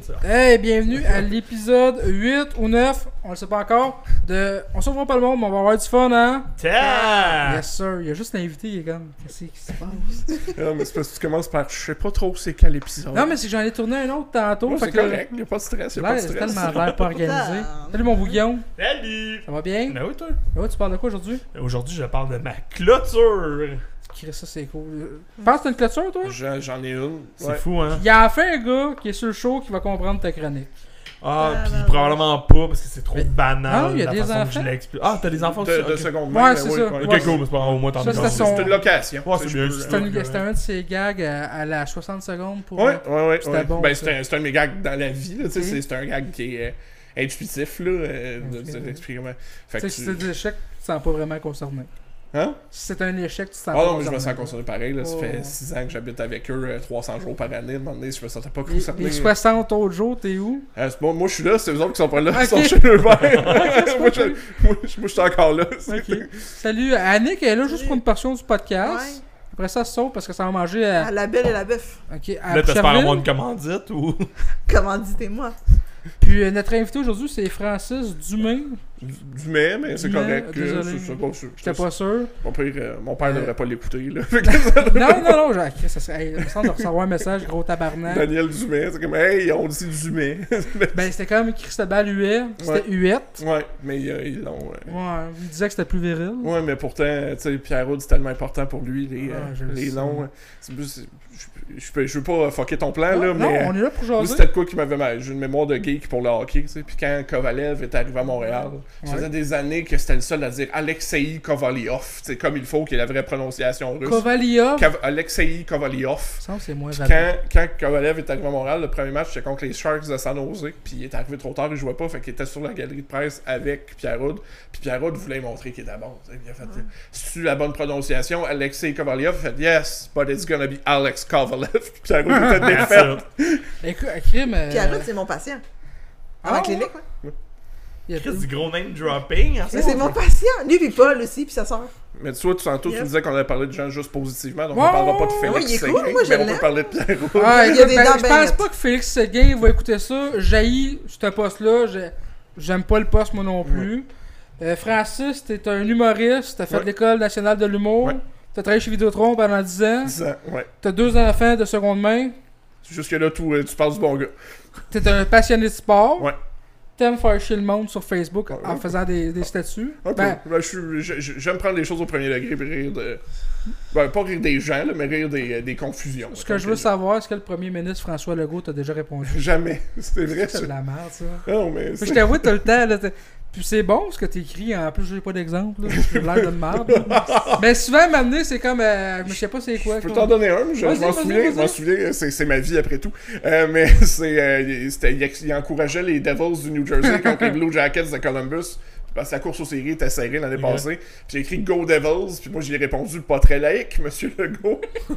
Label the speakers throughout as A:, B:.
A: ça.
B: Hey, bienvenue à l'épisode 8 ou 9, on le sait pas encore, de On sauvera pas le monde, mais on va avoir du fun, hein?
A: Tiens!
B: Yes sir, il y a juste l'invité, il est comme, qu'est-ce qui se passe?
C: Non, mais c'est parce que tu commences par je sais pas trop c'est quel épisode.
B: Non, mais c'est que j'en ai tourné un autre tantôt.
C: Ouais,
B: fait
C: c'est
B: que
C: correct, y'a pas de stress, y'a pas de
B: c'est
C: stress.
B: tellement l'air pas organisé. Salut mon bouillon,
A: Salut!
B: ça va bien?
A: Ben oui, toi.
B: Ouais, tu parles de quoi aujourd'hui?
A: Aujourd'hui, je parle de ma clôture.
B: Chris, ça c'est cool. Tu penses que t'as une clôture, toi?
C: J'en ai une.
A: C'est
C: Ouais.
A: fou, hein?
B: Il y a enfin un gars qui est sur le show qui va comprendre ta chronique.
A: Ah, pis probablement pas, parce que c'est trop
B: Mais-
A: banal.
B: Non, il y a
A: la
B: des
A: façon que
B: enfants.
A: je l'explique. Ah, t'as des enfants aussi?
C: De
A: Ok.
C: seconde
B: Ouais,
C: main,
B: c'est
C: oui,
B: ça.
C: ouais.
A: Ok, cool, mais c'est pas au moins t'en
B: Ça,
A: as
B: c'était son-
C: C'est une location.
A: Ouais,
C: Tu sais,
A: c'est
C: je
A: bien,
C: peux-
A: c'est
B: C'était un de ses gags à la 60 secondes pour...
C: Ouais, ouais.
B: C'était bon,
C: Ben,
B: ça.
C: c'est un de mes gags dans la vie, là. Tu sais,
B: Ok.
C: c'est un gag qui est intuitif, là. De t'expliquer comment. Fait
B: Tu
C: que
B: sais, si c'est des échecs, tu te sens pas vraiment concerné.
C: Hein?
B: Si c'est un échec, tu te sens
C: Ah
B: pas
C: non, mais je me
B: concerné.
C: sens concerné pareil, là. Ça
B: Oh.
C: fait 6 ans que j'habite avec eux, 300 jours par année. À un moment donné, je me sentais pas
B: Les
C: concerné.
B: 60 autres jours, t'es où?
C: C'est bon, moi, je suis là, c'est eux autres qui sont pas là.
B: Ok.
C: Ils sont chez eux moi, je suis encore là.
B: Ok. Salut, Annick est là juste pour une portion du podcast.
D: Ouais.
B: Après ça, elle saute parce que ça va manger à...
D: À la belle et la bœuf.
B: Ok, à
A: Là, t'espères
B: Boucherville.
A: avoir une commandite ou.
D: Commanditez-moi.
B: Puis notre invité aujourd'hui, c'est Francis Dumais.
C: Du mais c'est
B: Dumais,
C: correct.
B: désolé. J'étais pas sûr.
C: Mon père, mon père devrait pas l'écouter, là.
B: Non, j'ai... Ça serait... Hey, il me semble de recevoir un message, gros tabarnak.
C: Daniel Dumais, c'est comme, hey, on dit Dumais.
B: Ben, c'était comme Christobal Huet. C'était
C: Ouais.
B: Huette.
C: Ouais, mais ils l'ont.
B: Ouais, il disait que c'était plus viril.
C: Ouais, mais pourtant, tu sais, Pierre-Aude, c'est tellement important pour lui,
B: Je le
C: les
B: sais.
C: noms. Je veux pas fucker ton plan, là,
B: Non,
C: mais.
B: on est là pour
C: Moi,
B: jaser.
C: c'était de quoi qui m'avait mal. J'ai une mémoire de geek pour le hockey, tu sais. Puis quand Kovalev est arrivé à Montréal, ça faisait des années que c'était le seul à dire Alexei Kovaliov, tu sais, comme il faut, qui est la vraie prononciation russe.
B: Kovalia.
C: Alexei Kovaliov.
B: Ça, c'est moins
C: Puis
B: valable.
C: quand Kovalev est arrivé à Montréal, le premier match c'était contre les Sharks de San Jose, puis il est arrivé trop tard, il jouait pas, fait qu'il était sur la galerie de presse avec Pierre-Aude, puis Pierre-Aude voulait montrer qu'il était bon. Tu sais. Il a fait, c'est-tu la bonne prononciation, Alexei Kovalev? Il a fait, yes, but it's gonna be Alex Kovalev. Puis Pierre-Aude était défait.
B: Écoute, crime.
D: Pierre-Aude, c'est mon patient. À ma clinique, ouais.
B: Il y a
A: Chris, du gros name dropping, hein,
D: Mais c'est mon patient. Lui, puis Paul aussi, puis sa soeur.
C: Mais tu vois, tantôt, tu
D: Yes.
C: disais qu'on allait parler de gens juste positivement, donc
B: Ouais,
C: on parlera pas de
B: ouais,
C: Félix
D: ouais, il est
C: Séguin,
D: cool, moi, je
C: mais on peut
D: l'aime.
C: parler de Pierre-Aude.
B: Ah,
D: Il y a des dents
B: je
D: bien
B: pense
D: nettes.
B: pas que Félix Séguin va écouter ça. J'haïs ce poste-là. J'aime pas le poste, moi non plus. Francis, t'es un humoriste. T'as fait
C: Ouais.
B: l'École nationale de l'humour.
C: Ouais.
B: T'as travaillé chez Vidéotron pendant 10 ans.
C: 10 ans, ouais.
B: T'as 2 enfants de seconde main.
C: Jusque-là, tu parles du bon gars.
B: T'es un passionné de sport.
C: Ouais.
B: T'aimes faire chier le monde sur Facebook
C: Ouais.
B: en faisant des statuts.
C: Un peu.
B: Ben,
C: Ben, j'aime prendre les choses au premier degré et rire de. Ben, pas rire des gens, là, mais rire des confusions.
B: ce que je veux savoir, est-ce que le premier ministre François Legault t'a déjà répondu?
C: Jamais. C'est vrai,
B: C'est
C: ça.
B: de la merde, ça.
C: Non, mais.
B: Mais je t'avoue, t'as le temps, là. Puis c'est bon ce que t'écris, en plus j'ai pas d'exemple, là. J'ai l'air de merde. là. Mais souvent, m'amener, c'est comme. Je sais pas c'est quoi.
C: Je peux
B: quoi.
C: t'en donner un, je
B: Vas-y,
C: m'en
B: vas-y,
C: souviens,
B: vas-y.
C: c'est ma vie après tout. Mais il encourageait les Devils du New Jersey contre les Blue Jackets de Columbus. Parce que la course aux séries était serrée l'année passée. Puis j'ai écrit Go Devils, puis moi j'y ai répondu pas très laïque, monsieur Legault.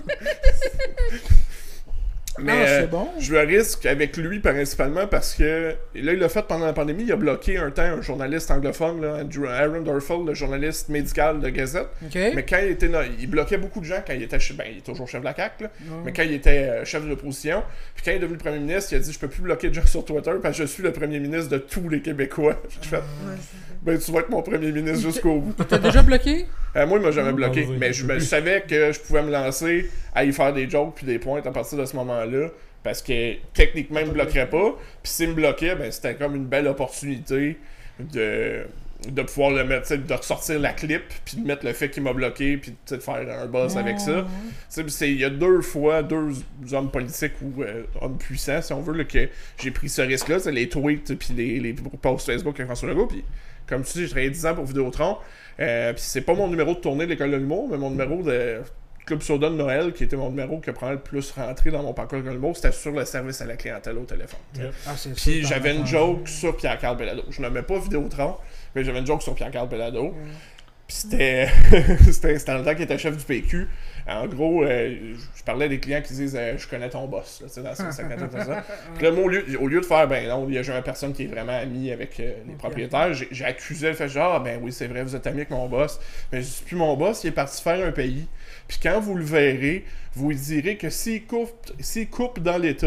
C: Mais
B: c'est bon.
C: je le risque avec lui principalement parce que là il l'a fait pendant la pandémie, il a bloqué un temps un journaliste anglophone, là, Aaron Durfell, le journaliste médical de Gazette.
B: Ok.
C: Mais quand il était il bloquait beaucoup de gens quand il était il est toujours chef de la CAQ, là,
B: Ouais.
C: mais quand il était chef de l'opposition, puis quand il est devenu premier ministre, il a dit je peux plus bloquer de gens sur Twitter parce que je suis le premier ministre de tous les Québécois. J'ai fait, ben tu vas être mon premier ministre jusqu'au bout.
B: T'as déjà bloqué?
C: Moi il m'a jamais bloqué,
A: vas-y,
C: mais je savais que je pouvais me lancer à y faire des jokes puis des points à partir de ce moment-là. Parce que techniquement, il me bloquerait pas. Puis s'il me bloquait, ben c'était comme une belle opportunité de pouvoir le mettre, t'sais, de ressortir la clip, puis de mettre le fait qu'il m'a bloqué, puis de faire un buzz avec ça. Il y a 2 fois, 2 hommes politiques ou hommes puissants, si on veut, là, que j'ai pris ce risque-là. C'est les tweets, puis les posts Facebook avec François Legault. Puis comme tu dis, j'ai travaillé 10 ans pour Vidéotron. Puis c'est pas mon numéro de tournée de l'École de l'humour, mais mon numéro de Club Soda de Noël, qui était mon numéro qui a probablement le plus rentré dans mon parcours de l'humour, c'était sur le service à la clientèle au téléphone.
B: Ah, c'est
C: Puis
B: ça,
C: j'avais une
B: t'en
C: joke sur Pierre-Carl Belado. Je n'aimais pas Vidéotron, mais j'avais une joke sur Pierre-Carl Belado. Puis c'était dans le temps qu'il était chef du PQ. En gros, je parlais des clients qui disent je connais ton boss, là, tu sais, dans ça, ça. Puis là, moi, au lieu de faire ben non, il y a jamais personne qui est vraiment ami avec les propriétaires, j'ai accusé le fait genre ben oui, c'est vrai, vous êtes ami avec mon boss. Mais je dis plus mon boss, il est parti faire un pays. Puis quand vous le verrez, vous lui direz que s'il coupe dans l'État,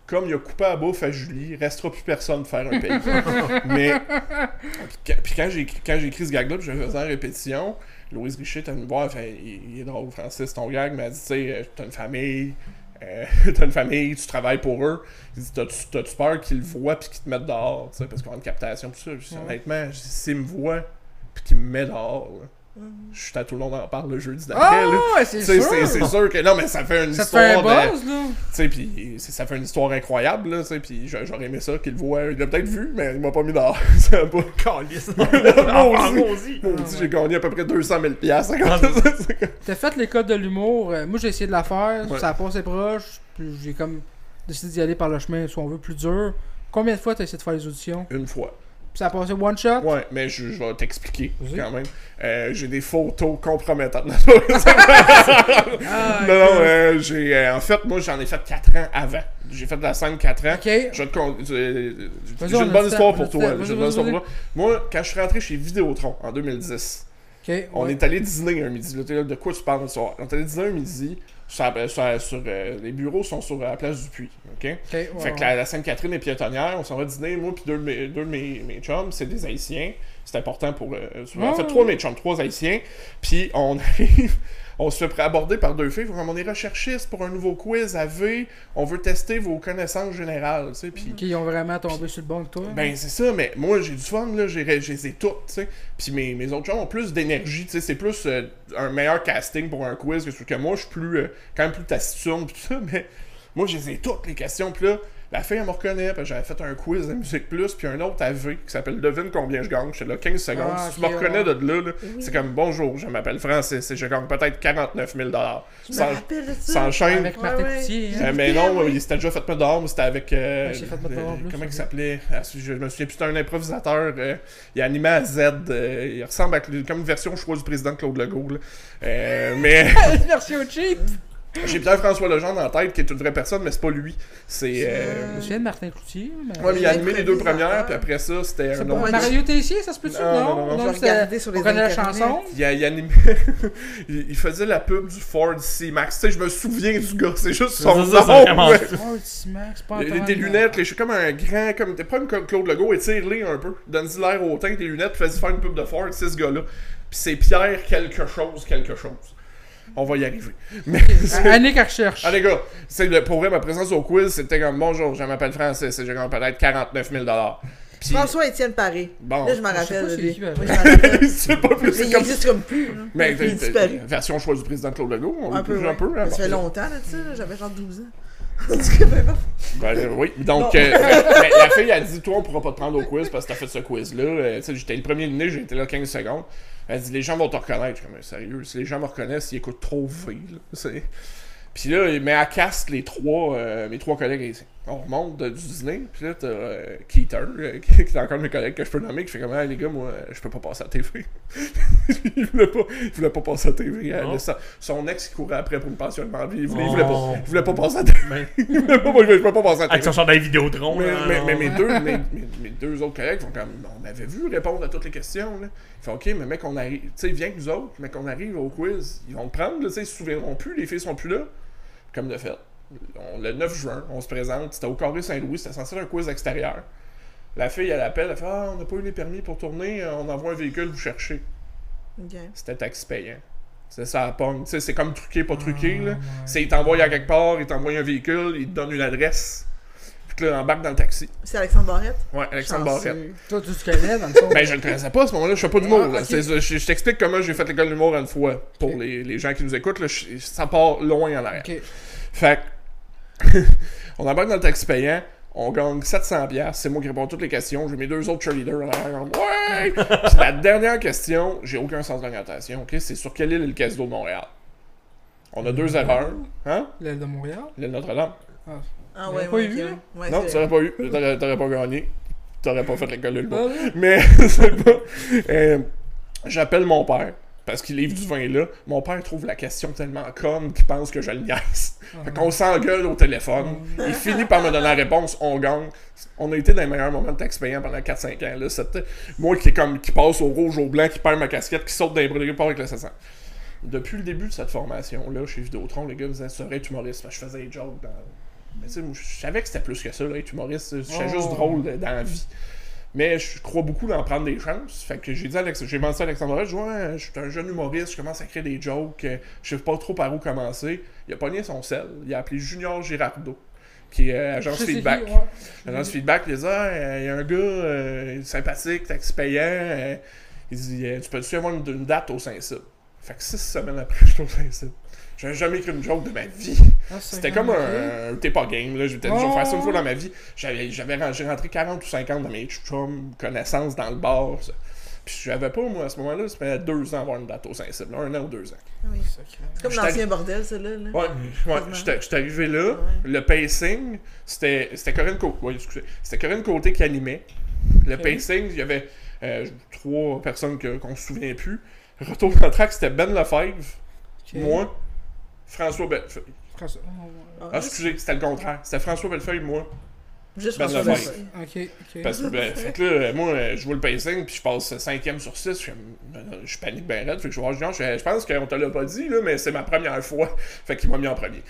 C: comme il a coupé la bouffe à Julie, il restera plus personne pour faire un pays. Mais, puis quand j'ai écrit ce gag-là, puis je faisais en répétition, Louise Richer était venue me voir, elle fait, il est drôle, Francis, ton gag, m'a dit, tu sais, t'as une famille, tu travailles pour eux. Il dit, t'as-tu peur qu'ils le voient puis qu'ils te mettent dehors, tu sais, parce qu'on a une captation, tout ça. Je dis, honnêtement, s'ils me voient puis qu'ils me mettent dehors, là, je suis à tout le monde en parle le jeudi d'après.
B: Ah, c'est sûr!
C: C'est sûr que non, mais ça fait une
B: Ça
C: histoire.
B: te fait un buzz, là!
C: Tu sais, puis ça fait une histoire incroyable, là, tu sais, puis j'aurais aimé ça qu'il le voit. Il l'a peut-être vu, mais il m'a pas mis dehors. C'est pas.
A: Calice.
C: Maudit, j'ai gagné à peu près 200 000 piastres.
B: T'as fait l'école de l'humour. Moi, j'ai essayé de la faire.
C: Ouais.
B: Ça a passé proche. Puis j'ai comme décidé d'y aller par le chemin, si on veut, plus dur. Combien de fois t'as essayé de faire les auditions?
C: Une fois.
B: Puis ça a passé one shot?
C: Ouais, mais je vais t'expliquer
B: Vas-y.
C: quand même. J'ai des photos compromettantes.
B: Ah,
C: non, j'ai. En fait, moi, j'en ai fait 4 ans avant. J'ai fait de la scène 4 ans.
B: Ok.
C: Je vais te con- j'ai
B: Vas-y,
C: j'ai
B: on
C: une
B: a
C: bonne
B: du
C: histoire
B: temps,
C: pour
B: on a
C: toi.
B: du
C: là.
B: temps.
C: J'ai une
B: Vas-y,
C: bonne histoire
B: vas-y.
C: pour toi. Moi, quand je suis rentré chez Vidéotron en 2010,
B: Ok.
C: on
B: ouais.
C: est allé dîner un midi. Là, t'es là, de quoi tu parles le soir? On est allé dîner un midi. Les bureaux sont sur la place du Puy. OK?
B: Ok, ouais,
C: Fait que
B: ouais.
C: la Sainte-Catherine est piétonnière. On s'en va dîner. Moi, puis deux de mes chums, c'est des Haïtiens. C'est important pour. En fait, 3 de mes chums, 3 Haïtiens. Puis on arrive. On se fait aborder par 2 filles. Comme on est recherchistes pour un nouveau quiz à V. On veut tester vos connaissances générales. Tu sais, puis.
B: Qui ont vraiment tombé sur le bon que toi?
C: Ben c'est ça, mais moi j'ai du fun, là, j'ai les ai toutes, tu sais. Puis mes autres chums ont plus d'énergie, tu sais, c'est plus un meilleur casting pour un quiz que moi, je suis plus quand même plus taciturne pis tout ça, mais moi je les ai toutes les questions, pis là, la fille elle me reconnaît, parce que j'avais fait un quiz de Musique Plus, puis un autre à V qui s'appelle Devine combien je gagne, j'étais là 15 secondes,
B: Ah,
C: si tu me
B: ok,
C: reconnais
B: ouais.
C: de là, c'est comme bonjour, je m'appelle Francis et je gagne peut-être 49 000 $.
D: Je me rappelle de ça.
C: S'enchaîne.
B: Avec Martin
D: Ouais, ouais.
B: Coutier, hein?
C: Mais non,
D: oui.
C: il s'était déjà fait mettre dehors, mais c'était avec.
B: il s'est fait mettre dehors en plus,
C: comment
B: ok.
C: il s'appelait Je me souviens plus, c'était un improvisateur. Il animait à Z. Il ressemble à comme une version choix du président Claude Legault. Là. Mais
B: Une version cheap!
C: j'ai Pierre-François Legendre en tête, qui est une vraie personne, mais c'est pas lui. C'est.
B: Je me souviens de Martin Coutier. Mais...
C: Ouais, mais il a animé les 2
D: Improvisateur.
C: premières, puis après ça, c'était
B: C'est
C: un
B: pas
C: autre.
B: Mario Tessier, ça se peut-tu?
C: Non,
D: Je vais
B: c'était-
D: regarder sur les
B: on connaît la
D: internets.
B: chanson.
C: Il animait. il faisait la pub du Ford C-Max. Tu sais, je me souviens du gars, c'est juste son
A: C'est ça, c'est
C: nom.
A: vraiment
C: ouais.
A: ça.
B: Oh, le petit Max, pas
C: Il a
B: entendre.
C: des lunettes, là, je suis comme un grand, comme t'es pas comme Claude Legault, étire-les un peu. Donne-y l'air au teint, tes lunettes, puis fais-y faire une pub de Ford, c'est ce gars-là. Puis c'est Pierre quelque chose. On va y arriver. Mais
B: Annick, elle recherche.
C: ah les gars, pour vrai, ma présence au quiz, c'était comme bonjour, je m'appelle Francis et j'ai gagné peut-être 49 000 $. Puis,
D: François-Étienne Paré.
C: bon,
D: Là, je m'en
B: Je sais
D: rappelle
B: pas
D: de
B: c'est
D: lui.
B: qui, ben,
D: Oui, je m'en rappelle.
C: c'est pas plus,
D: Mais
C: c'est
D: il
C: comme.
D: existe comme plus. là.
C: Mais
D: Il est disparu.
C: version choix du président Claude Legault, on
D: Un
C: le
D: peu,
C: bouge
D: ouais.
C: un peu. hein,
D: Ça fait
C: bon.
D: longtemps, là, tu sais, là, j'avais genre 12 ans. En tout cas, ben, bon.
C: Oui, donc
D: Non.
C: mais la fille a dit toi on pourra pas te prendre au quiz parce que t'as fait ce quiz là. Tu sais, j'étais le premier éliminé, j'ai été là 15 secondes. Elle dit les gens vont te reconnaître. Je suis comme sérieux, si les gens me reconnaissent, ils écoutent trop V là. Puis là, mais elle casse mes 3 collègues ici. On remonte du dîner, puis là t'as Keeter, qui est encore de mes collègues que je peux nommer, qui fait comme les gars, moi je peux pas passer à la TV. il voulait pas passer à la TV. Son ex qui courait après pour une pension de vie, il voulait pas passer à la TV. Je peux pas passer à la
A: Avec
C: TV.
A: son genre des Vidéotron.
C: Mais mes deux autres collègues font comme on m'avait vu répondre à toutes les questions. Là. Ils font ok, mais mec, on arrive. Tu sais, viens avec nous autres, mais qu'on arrive au quiz, ils vont te prendre, là, ils se souviendront plus, les filles sont plus là. Comme de fait. Le 9 juin, on se présente, c'était au Carré Saint-Louis, c'était censé être un quiz extérieur. La fille, elle appelle, elle fait ah, on n'a pas eu les permis pour tourner, on envoie un véhicule vous chercher.
D: Ok.
C: C'était taxi payant. C'est ça la pogne. Tu sais, c'est comme truqué, pas truqué. Là. C'est il t'envoie à quelque part, il t'envoie un véhicule, il te donne une adresse. Puis là, embarque dans le taxi.
D: C'est Alexandre Barrette.
C: Ouais, Alexandre
D: Chanceux.
C: Barrette.
B: Toi, tu te connais, dans le fond.
C: Ben, je le connaissais pas à ce moment-là, je fais pas d'humour.
B: Ah,
C: là.
B: ok.
C: Je t'explique comment j'ai fait l'école d'humour une fois. Pour
B: Ok.
C: les gens qui nous écoutent, là, ça part loin en arrière.
B: Ok.
C: Fait on embarque dans le taxi payant, on gagne 700$, c'est moi qui réponds à toutes les questions, j'ai mes 2 autres cheerleaders en arrière, comme, ouais! Puis la dernière question, j'ai aucun sens d'orientation, ok? C'est sur quelle île est le casino de Montréal? On a 2 erreurs, hein?
B: L'aile de Montréal.
C: L'île Notre-Dame.
D: Ah
B: Il
D: ouais,
B: avait pas
D: ouais,
B: eu,
D: ok,
B: là?
D: ouais. Ouais,
C: Non,
D: c'est-
C: tu l'aurais pas eu, t'aurais pas gagné, t'aurais pas fait l'école de l'humour.
B: Ah,
C: Mais, c'est pas... j'appelle mon père, parce qu'il livre du vin là. Mon père trouve la question tellement conne qu'il pense que je le niaise. Fait qu'on s'engueule au téléphone. Il finit par me donner la réponse, on gagne. On a été dans les meilleurs moments de taxe payant pendant 4-5 ans. Là. C'était moi qui passe au rouge, au blanc, qui perd ma casquette, qui saute dans les broderies, part avec le 700. Depuis le début de cette formation-là, chez Vidéotron, les gars me disaient, tu devrais être humoriste. Parce que je faisais des jokes Mais tu sais, je savais que c'était plus que ça, là, être humoriste. J'étais juste drôle dans la vie. Mais je crois beaucoup d'en prendre des chances. Fait que j'ai menti à Alexandre, je dis ouais, je suis un jeune humoriste, je commence à créer des jokes, je sais pas trop par où commencer. Il a pogné son sel, il a appelé Junior Girardeau, qui est agence Feedback. Agence Feedback, il dit il y a un gars sympathique, taxi payant, il dit tu peux-tu avoir une date au Saint-Cyr? Fait que 6 semaines après, je suis au Saint-Cyr. J'avais jamais écrit une joke de ma vie. C'était comme un t'es pas game, là. J'ai peut-être dû faire ça une fois dans ma vie. J'ai rentré 40 ou 50 de mes chums, connaissances dans le bar. Ça. Puis j'avais pas, moi, à ce moment-là, ça fait 2 ans avoir une date au Saint-Cyr. 1 an ou 2 ans.
D: Oui. C'est comme l'ancien bordel, ça, là.
C: Ouais, j'étais arrivé là. Le pacing, c'était Corinne Côté. Ouais, excusez. C'était Corinne Côté qui animait. Le pacing, il y avait 3 personnes qu'on se souvient plus. Retour dans le track, c'était Ben Lefebvre, moi, François Bellefeuille. Excusez, c'était le contraire. C'était François Bellefeuille, moi.
D: Juste
C: Ben
D: François
C: Lefebvre.
D: Bellefeuille.
B: Ok.
C: Parce que, fait que là, moi, je vois le pacing, puis je passe 5e sur 6. Je panique bien raide. Fait que je vois Junior, je pense qu'on te l'a pas dit, là, mais c'est ma première fois. Fait qu'il m'a mis en premier.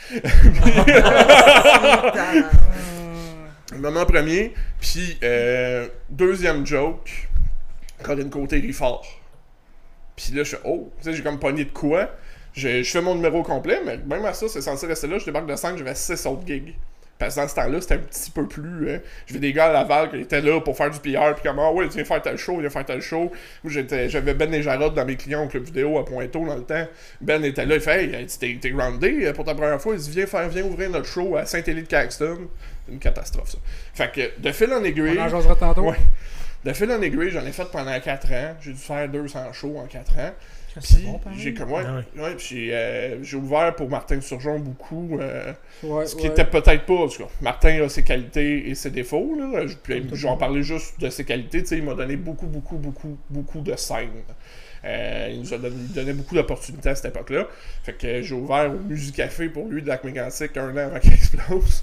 C: Il m'a mis en premier, puis deuxième joke, Corinne Côté rit fort. Puis là, je fais tu sais, j'ai comme pogné de quoi. Je fais mon numéro complet, mais même à ça, c'est censé rester là. Je débarque de 5, j'avais 6 autres gigs. Parce que dans ce temps-là, c'était un petit peu plus. Je vais des gars à Laval qui étaient là pour faire du PR, puis comme, ouais, viens faire tel show. Moi, j'avais Ben et Jarod dans mes clients au club vidéo à Pointeau dans le temps. Ben était là, il fait, hey, t'es groundé pour ta première fois. Il dit, viens ouvrir notre show à Saint-Élie-de-Caxton. C'est une catastrophe, ça. Fait que, de fil en aiguille.
B: On en jasera tantôt.
C: Ouais. De fil en aiguille, j'en ai fait pendant 4 ans. J'ai dû faire 200 shows en 4 ans.
B: C'est
C: Puis,
B: bon, pareil.
C: j'ai ouvert pour Martin Surgeon beaucoup. Ce qui
B: ouais.
C: était peut-être pas. En tout cas, Martin a ses qualités et ses défauts. Là. Puis, je vais en parler juste de ses qualités. Tu sais, il m'a donné beaucoup de scènes. Il nous a donné beaucoup d'opportunités à cette époque-là. Fait que j'ai ouvert au Musicafé pour lui de Lac-Mégantic 1 an avant qu'il explose.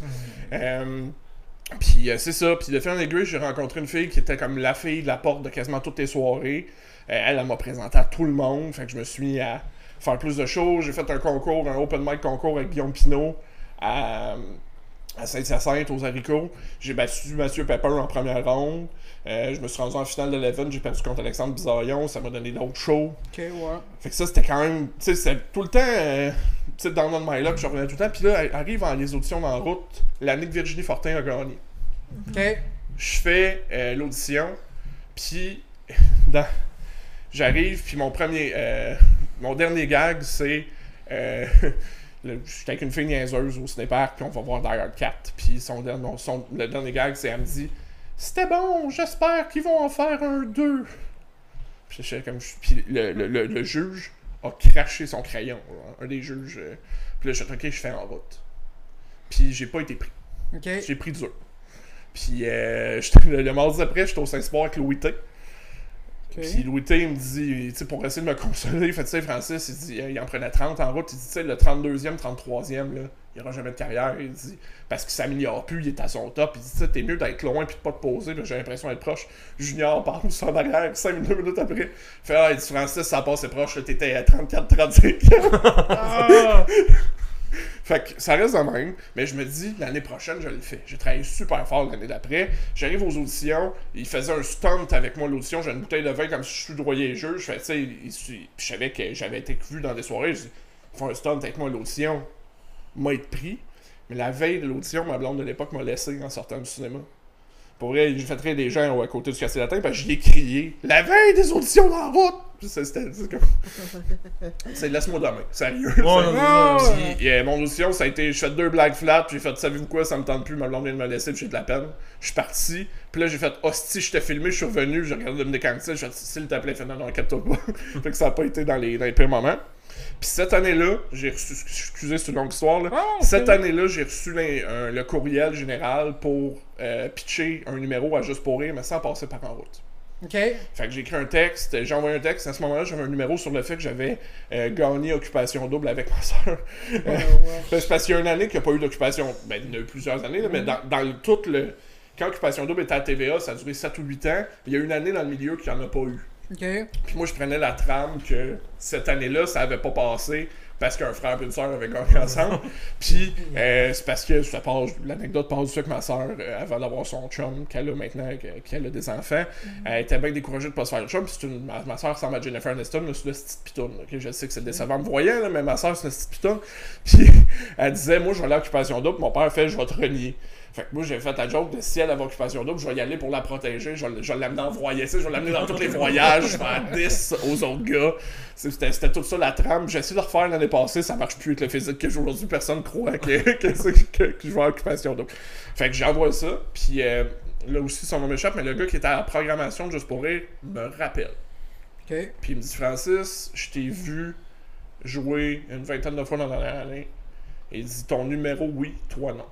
C: Puis c'est ça. Puis de fil en aiguille, j'ai rencontré une fille qui était comme la fille de la porte de quasiment toutes les soirées. Elle m'a présenté à tout le monde. Fait que je me suis mis à faire plus de choses. J'ai fait un concours, un open mic concours avec Guillaume Pinault à Saint-Hyacinthe, aux haricots. J'ai battu Mathieu Pepper en première ronde. Je me suis rendu en finale de l'Eleven. J'ai perdu contre Alexandre Bizarillon. Ça m'a donné d'autres shows.
B: Ok, ouais.
C: Fait que ça, c'était quand même... Tu sais, c'est tout le temps... tu sais, dans On My Luck, je revenais tout le temps. Puis là, arrive en les auditions en route. L'année que Virginie Fortin a gagné.
B: Ok.
C: Je fais l'audition. Puis... J'arrive, puis mon dernier gag, c'est... J'étais avec une fille niaiseuse au cinépark, puis on va voir Die Hard 4. Puis le dernier gag, c'est elle me dit « C'était bon, j'espère qu'ils vont en faire un 2. » Puis le juge a craché son crayon, un des juges. Puis là, je suis OK, je fais en route. Puis j'ai pas été pris.
B: Ok.
C: J'ai pris dur. Puis le mardi après, j'étais au Saint-Sport avec Louis T. Puis Louis T, il me dit, tu sais, pour essayer de me consoler, il fait, tu sais, Francis, il dit, il en prenait 30 en route, il dit, tu sais, le 32e, 33e, là, il aura jamais de carrière, il dit, parce qu'il s'améliore plus, il est à son top, il dit, tu sais, t'es mieux d'être loin puis de pas te poser, puis j'ai l'impression d'être proche. Junior passe en arrière, 2 minutes après, il fait, il dit, Francis, ça passe proche, là, t'étais à 34-35. Fait que ça reste de même, mais je me dis, l'année prochaine, je le fais. J'ai travaillé super fort l'année d'après. J'arrive aux auditions, il faisait un stunt avec moi l'audition, j'ai une bouteille de vin comme si je soudoyais les jeux. Je fais, tu sais, je savais que j'avais été vu dans des soirées. Je dis, il fait un stunt avec moi l'audition, m'a été pris. Mais la veille de l'audition, ma blonde de l'époque m'a laissé en sortant du cinéma. Pour vrai, j'ai fait rire des gens à côté du quartier latin parce que j'y ai crié la veille des auditions dans la route! C'est laisse-moi demain, sérieux. Puis, mon audition, ça a été, j'ai fait 2 blagues flat, puis j'ai fait, savez-vous quoi, ça me tente plus, ma blonde vient de me laisser, puis j'ai de la peine. Je suis parti, puis là j'ai fait, hostie, je t'ai filmé, je suis revenu, j'ai regardé de me décanter, j'ai fait, s'il te plaît, fais non, inquiète-toi pas. Fait que ça a pas été dans les pires moments. Puis cette année-là, j'ai reçu, excusez, c'est une longue histoire, là.
B: Okay.
C: Cette année-là, j'ai reçu le courriel général pour pitcher un numéro à Juste pour rire, mais sans passer par en route.
B: Ok.
C: Fait que j'ai écrit un texte, j'ai envoyé un texte, à ce moment-là, j'avais un numéro sur le fait que j'avais gagné Occupation Double avec ma soeur. C'est parce qu'il y a une année qu'il n'y a pas eu d'occupation, ben il y en a eu plusieurs années, là, mais dans tout le... Quand Occupation Double était à TVA, ça a duré 7 ou 8 ans, il y a eu une année dans le milieu qu'il n'y en a pas eu.
B: Ok.
C: Puis moi, je prenais la trame que cette année-là, ça avait pas passé parce qu'un frère et une sœur avaient gagné ensemble. Puis c'est parce que l'anecdote part du fait que ma sœur, avant d'avoir son chum, qu'elle a maintenant, qu'elle a des enfants, elle était bien découragée de pas se faire le chum. Puis ma sœur ressemble à Jennifer Aniston, là, c'est une petite pitoune. Okay? Je sais que c'est décevant me voyant, là, mais ma sœur, c'est une petite pitoune. Puis elle disait, moi, je vais aller à l'occupation double. Mon père fait, je vais te renier. Fait que moi, j'ai fait la joke de si elle avait occupation double, je vais y aller pour la protéger, je vais l'amener en voyage, je vais l'amener dans tous les voyages, je vais à 10 aux autres gars. C'était tout ça la trame. J'ai essayé de le refaire l'année passée, ça marche plus avec le physique que j'ai aujourd'hui, personne croit que je vais à occupation double. Fait que j'envoie ça, puis là aussi son nom m'échappe, mais le gars qui était à la programmation de Juste pour rire me rappelle.
B: Ok.
C: Puis il me dit, Francis, je t'ai vu jouer une vingtaine de fois dans la dernière année. Et il dit, ton numéro, oui, toi, non.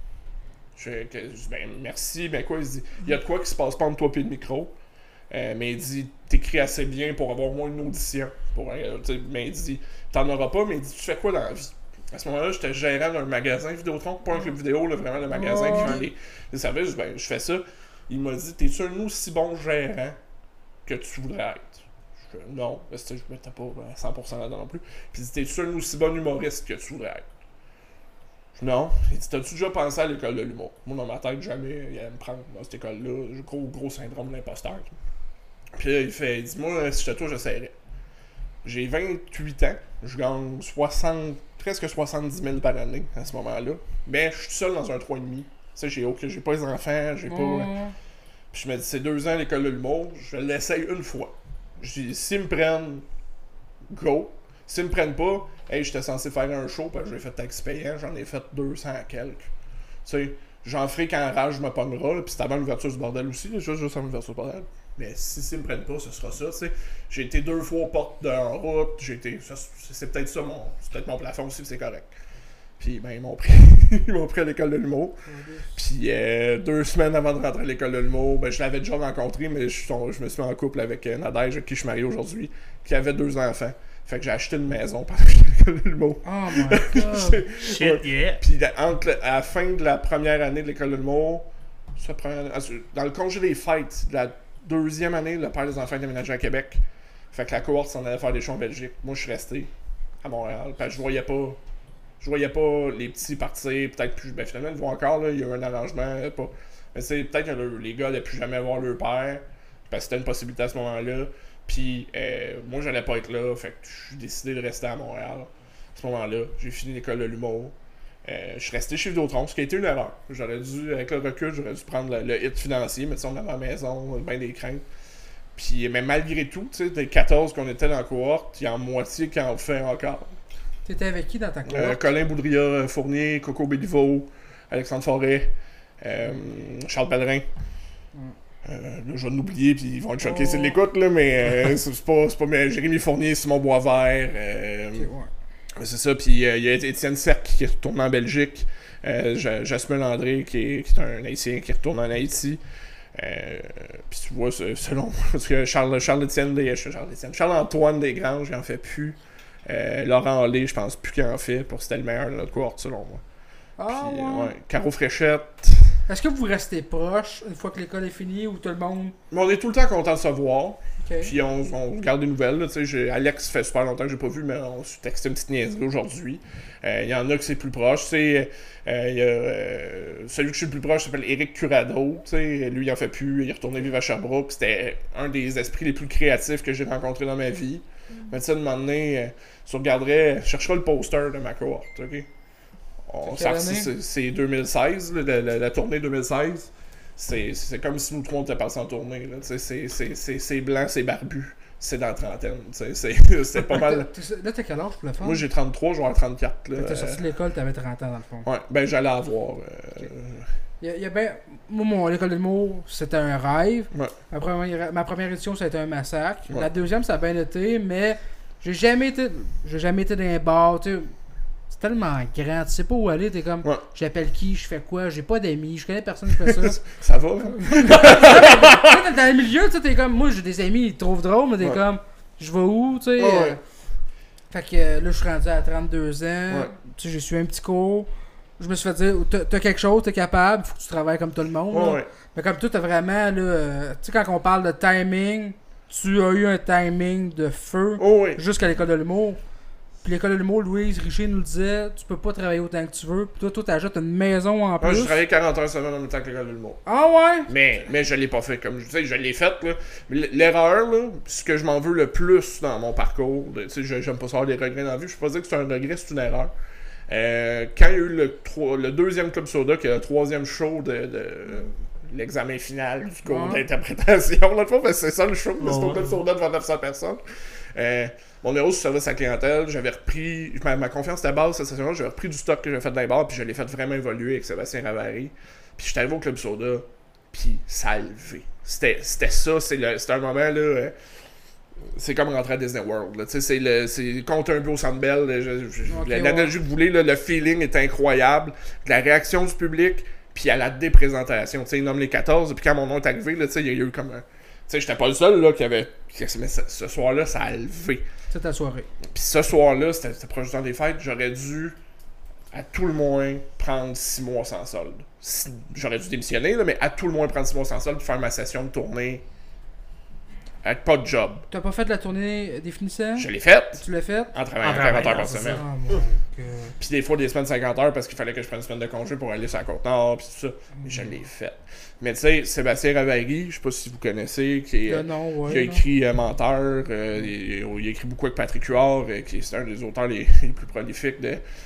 C: Je dis, ben merci, ben quoi, il dit, il y a de quoi qui se passe pas entre toi et le micro, mais il dit, t'écris assez bien pour avoir au moins une audition, mais il dit, t'en auras pas, mais il dit, tu fais quoi dans la vie? À ce moment-là, j'étais gérant d'un magasin Vidéotron, pas un club vidéo, là, vraiment le magasin qui vend les services, ben je fais ça. Il m'a dit, t'es-tu un aussi bon gérant que tu voudrais être? Je fais, non, parce que je m'étais pas à 100% là-dedans non plus. Puis il dit, t'es-tu un aussi bon humoriste que tu voudrais être? Non. Il dit, t'as-tu déjà pensé à l'école de l'humour? Moi, dans ma tête, jamais il allait me prendre dans cette école-là. J'ai gros syndrome de l'imposteur. Puis là, il dit, moi, si j'étais toi, j'essaierais. J'ai 28 ans. Je gagne presque 70 000 par année à ce moment-là. Mais je suis seul dans un 3,5. Tu sais, j'ai pas les enfants, j'ai pas... Puis je me dis, c'est 2 ans à l'école de l'humour, je l'essaye une fois. Je dis, s'ils me prennent, go. S'ils me prennent pas, hey, j'étais censé faire un show, parce que j'ai fait taxi payant, j'en ai fait 200 à quelques. Tu sais, j'en ferai quand rage me pognera, puis c'est avant l'ouverture du bordel aussi, juste avant l'ouverture du bordel. Mais s'ils me prennent pas, ce sera ça, tu sais. J'ai été 2 fois aux portes en route, c'est peut-être ça, c'est peut-être mon plafond aussi, c'est correct. Puis ben ils m'ont pris à l'école de l'humour. Puis 2 semaines avant de rentrer à l'école de l'humour, ben je l'avais déjà rencontré, mais je me suis mis en couple avec Nadège, avec qui je suis marié aujourd'hui, qui avait 2 enfants. Fait que j'ai acheté une maison pendant que j'étais à l'école de l'humour.
B: Oh my god!
A: Shit, yeah!
C: Puis à la fin de la première année de l'école de l'humour, dans le congé des fêtes, de la 2e année, le père des enfants déménageait à Québec. Fait que la cohorte s'en allait faire des shows en Belgique. Moi, je suis resté à Montréal. Parce que je voyais pas les petits partir. Peut-être plus. Ben finalement, ils vont encore, là. Il y a eu un arrangement. Pas. Mais c'est peut-être que les gars n'allaient plus jamais voir leur père. Parce que c'était une possibilité à ce moment-là. Puis moi, j'allais pas être là. Fait que je suis décidé de rester à Montréal. À ce moment-là, j'ai fini l'école de l'humour. Je suis resté chez Vidéotron, ce qui a été une erreur. J'aurais dû, avec le recul, prendre le hit financier, mettre ça dans ma maison, bien des craintes. Puis, mais malgré tout, tu sais, des 14 qu'on était dans la cohorte, il y a en moitié qui en fait encore.
B: T'étais avec qui dans ta cohorte?
C: Colin Boudria-Fournier, Coco Béliveau, Alexandre Forêt, Charles Pellerin. Là, je vais l'oublier, puis ils vont être choqués s'ils l'écoutent, là, mais c'est pas mais Jérémy Fournier, Simon Boisvert.
B: Okay, ouais.
C: C'est ça, puis il y a Étienne Cerc qui est retourné en Belgique, Jasmin Landré qui est un Haïtien qui retourne en Haïti, puis tu vois, selon moi, parce que Charles-Antoine Desgranges, il en fait plus, Laurent Allé, je pense plus qu'il en fait, pour c'était le meilleur de notre cohorte, selon moi.
B: Ah,
C: Puis,
B: ouais.
C: Caro Fréchette.
B: Est-ce que vous restez proches une fois que l'école est finie ou tout le monde...
C: Mais on est tout le temps content de se voir.
B: Okay.
C: Puis on garde des nouvelles. Là, Alex, fait super longtemps que j'ai pas vu, mais on s'est texté une petite niaiserie aujourd'hui. Il y en a que c'est plus proche. Celui que je suis le plus proche s'appelle Éric Curado. Lui, il en fait plus. Il est retourné vivre à Sherbrooke. C'était un des esprits les plus créatifs que j'ai rencontrés dans ma vie. Mais tu sais, un moment donné, tu regarderais, chercheras le poster de ma cohorte. OK? C'est 2016, la tournée 2016. C'est comme si nous trois on était passés en tournée. C'est blanc, c'est barbu. C'est dans la trentaine. C'est pas mal.
B: Là, t'as quel âge pour le faire?
C: Moi, j'ai 33, je vais avoir 34. Là,
B: t'es sorti de l'école, t'avais 30 ans dans le fond.
C: Ouais, ben j'allais avoir.
B: Okay. Moi, l'école de l'humour, c'était un rêve.
C: Ouais.
B: Ma première édition, ça a été un massacre.
C: Ouais.
B: La deuxième, ça a bien été, mais j'ai jamais été dans un bar. C'est tellement grand, tu sais pas où aller, t'es comme, j'appelle qui, je fais quoi, j'ai pas d'amis, je connais personne qui fait ça.
C: Ça va,
B: dans le milieu, tu sais, t'es comme, moi j'ai des amis, ils te trouvent drôle, mais t'es comme, je vais où, tu sais. Fait que là, je suis rendu à 32 ans, tu sais, j'ai suivi un petit cours, je me suis fait dire, t'as quelque chose, t'es capable, faut que tu travailles comme tout le monde. Mais comme toi, t'as vraiment, là, tu sais, quand on parle de timing, tu as eu un timing de feu jusqu'à l'école de l'humour. Puis l'école de l'humour, Louise Richer nous le disait, tu peux pas travailler autant que tu veux. Puis toi, t'ajoutes une maison en plus.
C: Moi, j'ai travaillé 40 heures semaine en même temps que l'école de l'humour.
B: Ah ouais?
C: Mais je l'ai pas fait. Comme je sais, je l'ai fait, là. Mais l'erreur, là, ce que je m'en veux le plus dans mon parcours, tu sais, j'aime pas savoir des regrets dans la vie, je peux pas dire que c'est un regret, c'est une erreur. Quand il y a eu le deuxième Club Soda, qui est le troisième show de l'examen final du cours d'interprétation, dans le fond, c'est ça le show, c'est au Club Soda devant 900 personnes. Mon numéro sur service à la clientèle, j'avais repris, ma confiance était basse cette session-là, j'avais repris du stock que j'avais fait dans les bars, puis je l'ai fait vraiment évoluer avec Sébastien Ravary. Puis j'étais arrivé au Club Soda, puis ça a levé. C'était ça, c'était un moment, là, c'est comme rentrer à Disney World, là, tu sais, c'est compte un peu au Centre Bell, l'analogie que vous voulez, là, le feeling est incroyable, la réaction du public, puis à la déprésentation, tu sais, ils nomment les 14, puis quand mon nom est arrivé, là, tu sais, il y a eu comme un... Tu sais, j'étais pas le seul, là, qui avait... Mais ce soir-là, ça a levé.
B: C'est ta soirée.
C: Puis ce soir-là, c'était proche du temps des fêtes, j'aurais dû, à tout le moins, prendre 6 mois sans solde. J'aurais dû démissionner, là, mais à tout le moins prendre 6 mois sans solde, puis faire ma session de tournée avec pas de job.
B: T'as pas fait la tournée des finissants?
C: Je l'ai faite.
B: Tu l'as faite?
C: En travaillant 40 heures par semaine.
B: Ah, mon Dieu.
C: Puis des fois, des semaines 50 heures parce qu'il fallait que je prenne une semaine de congé pour aller sur la Côte-Nord, puis tout ça. Mais je l'ai faite. Mais tu sais, Sébastien Ravary, je sais pas si vous connaissez, qui a écrit Menteur, il a écrit beaucoup avec Patrick Huard, qui est un des auteurs les plus prolifiques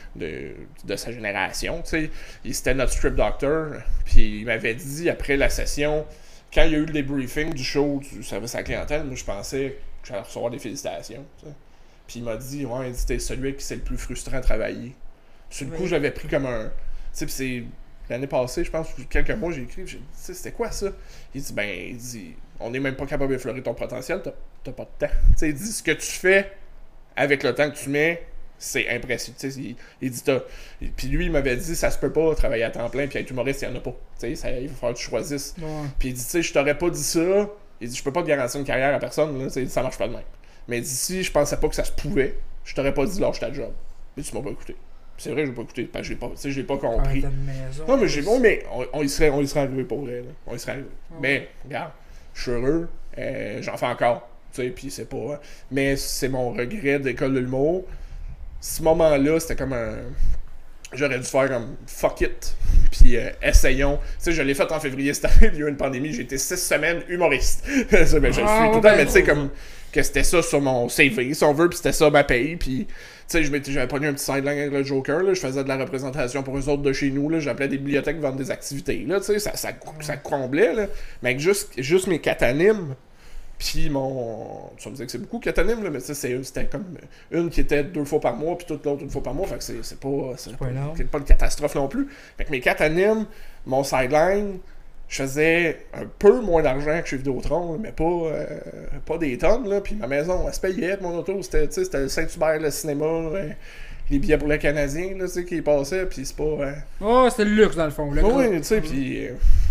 C: de sa génération, tu sais. C'était notre strip doctor, puis il m'avait dit après la session, quand il y a eu le débriefing du show du service à la clientèle, moi je pensais que j'allais recevoir des félicitations, t'sais. Puis il m'a dit, ouais, c'était celui qui c'est le plus frustrant à travailler. Sur le coup, j'avais pris comme un... Tu sais, puis c'est... L'année passée, je pense, quelques mois, j'ai écrit, tu sais, c'était quoi ça? Il dit, on n'est même pas capable d'effleurer ton potentiel, t'as pas de temps. Tu sais, il dit, ce que tu fais avec le temps que tu mets, c'est impressionnant. Tu sais, il dit, puis lui, il m'avait dit, ça se peut pas travailler à temps plein, puis être humoriste, il y en a pas. Tu sais, il va falloir que tu choisisses. Ouais. Puis il dit, tu sais, je t'aurais pas dit ça. Il dit, je peux pas te garantir une carrière à personne, là, ça marche pas de même. Mais il dit, si je pensais pas que ça se pouvait, je t'aurais pas dit, lâche ta job. Mais tu m'as pas écouté. Puis c'est vrai, je l'ai pas écouté, parce que je l'ai pas compris. Non, mais mais on y serait arrivé pour vrai, là. On y serait arrivé. Ouais. Mais, regarde, je suis heureux, j'en fais encore. Tu sais, puis c'est pas. Hein. Mais c'est mon regret d'école de l'humour. Ce moment-là, c'était comme un... J'aurais dû faire comme fuck it, puis essayons. Tu sais, je l'ai fait en février cette année, il y a eu une pandémie, j'ai été 6 semaines humoriste. Je suis tout le temps, mais tu sais, comme que c'était ça sur mon CV, si on veut, puis c'était ça ma paye, puis tu sais, j'avais pogné un petit sideline avec le Joker, là, je faisais de la représentation pour eux autres de chez nous, là, j'appelais des bibliothèques vendre des activités, là, tu sais, ça comblait, là, mais avec juste mes catanimes. Puis tu me disais que c'est beaucoup Catanim, là, mais c'était comme une qui était 2 fois par mois, puis toute l'autre 1 fois par mois, fait que c'est pas une catastrophe non plus. Fait que mes Catanim, mon sideline, je faisais un peu moins d'argent que chez Vidéotron, mais pas des tonnes, là. Puis ma maison, elle se payait, mon auto, c'était le Saint-Hubert, le cinéma, les billets pour les Canadiens, là, tu sais, qui y passaient, puis c'est pas...
B: Oh, c'était le luxe, dans le fond.
C: Oui, tu sais, puis...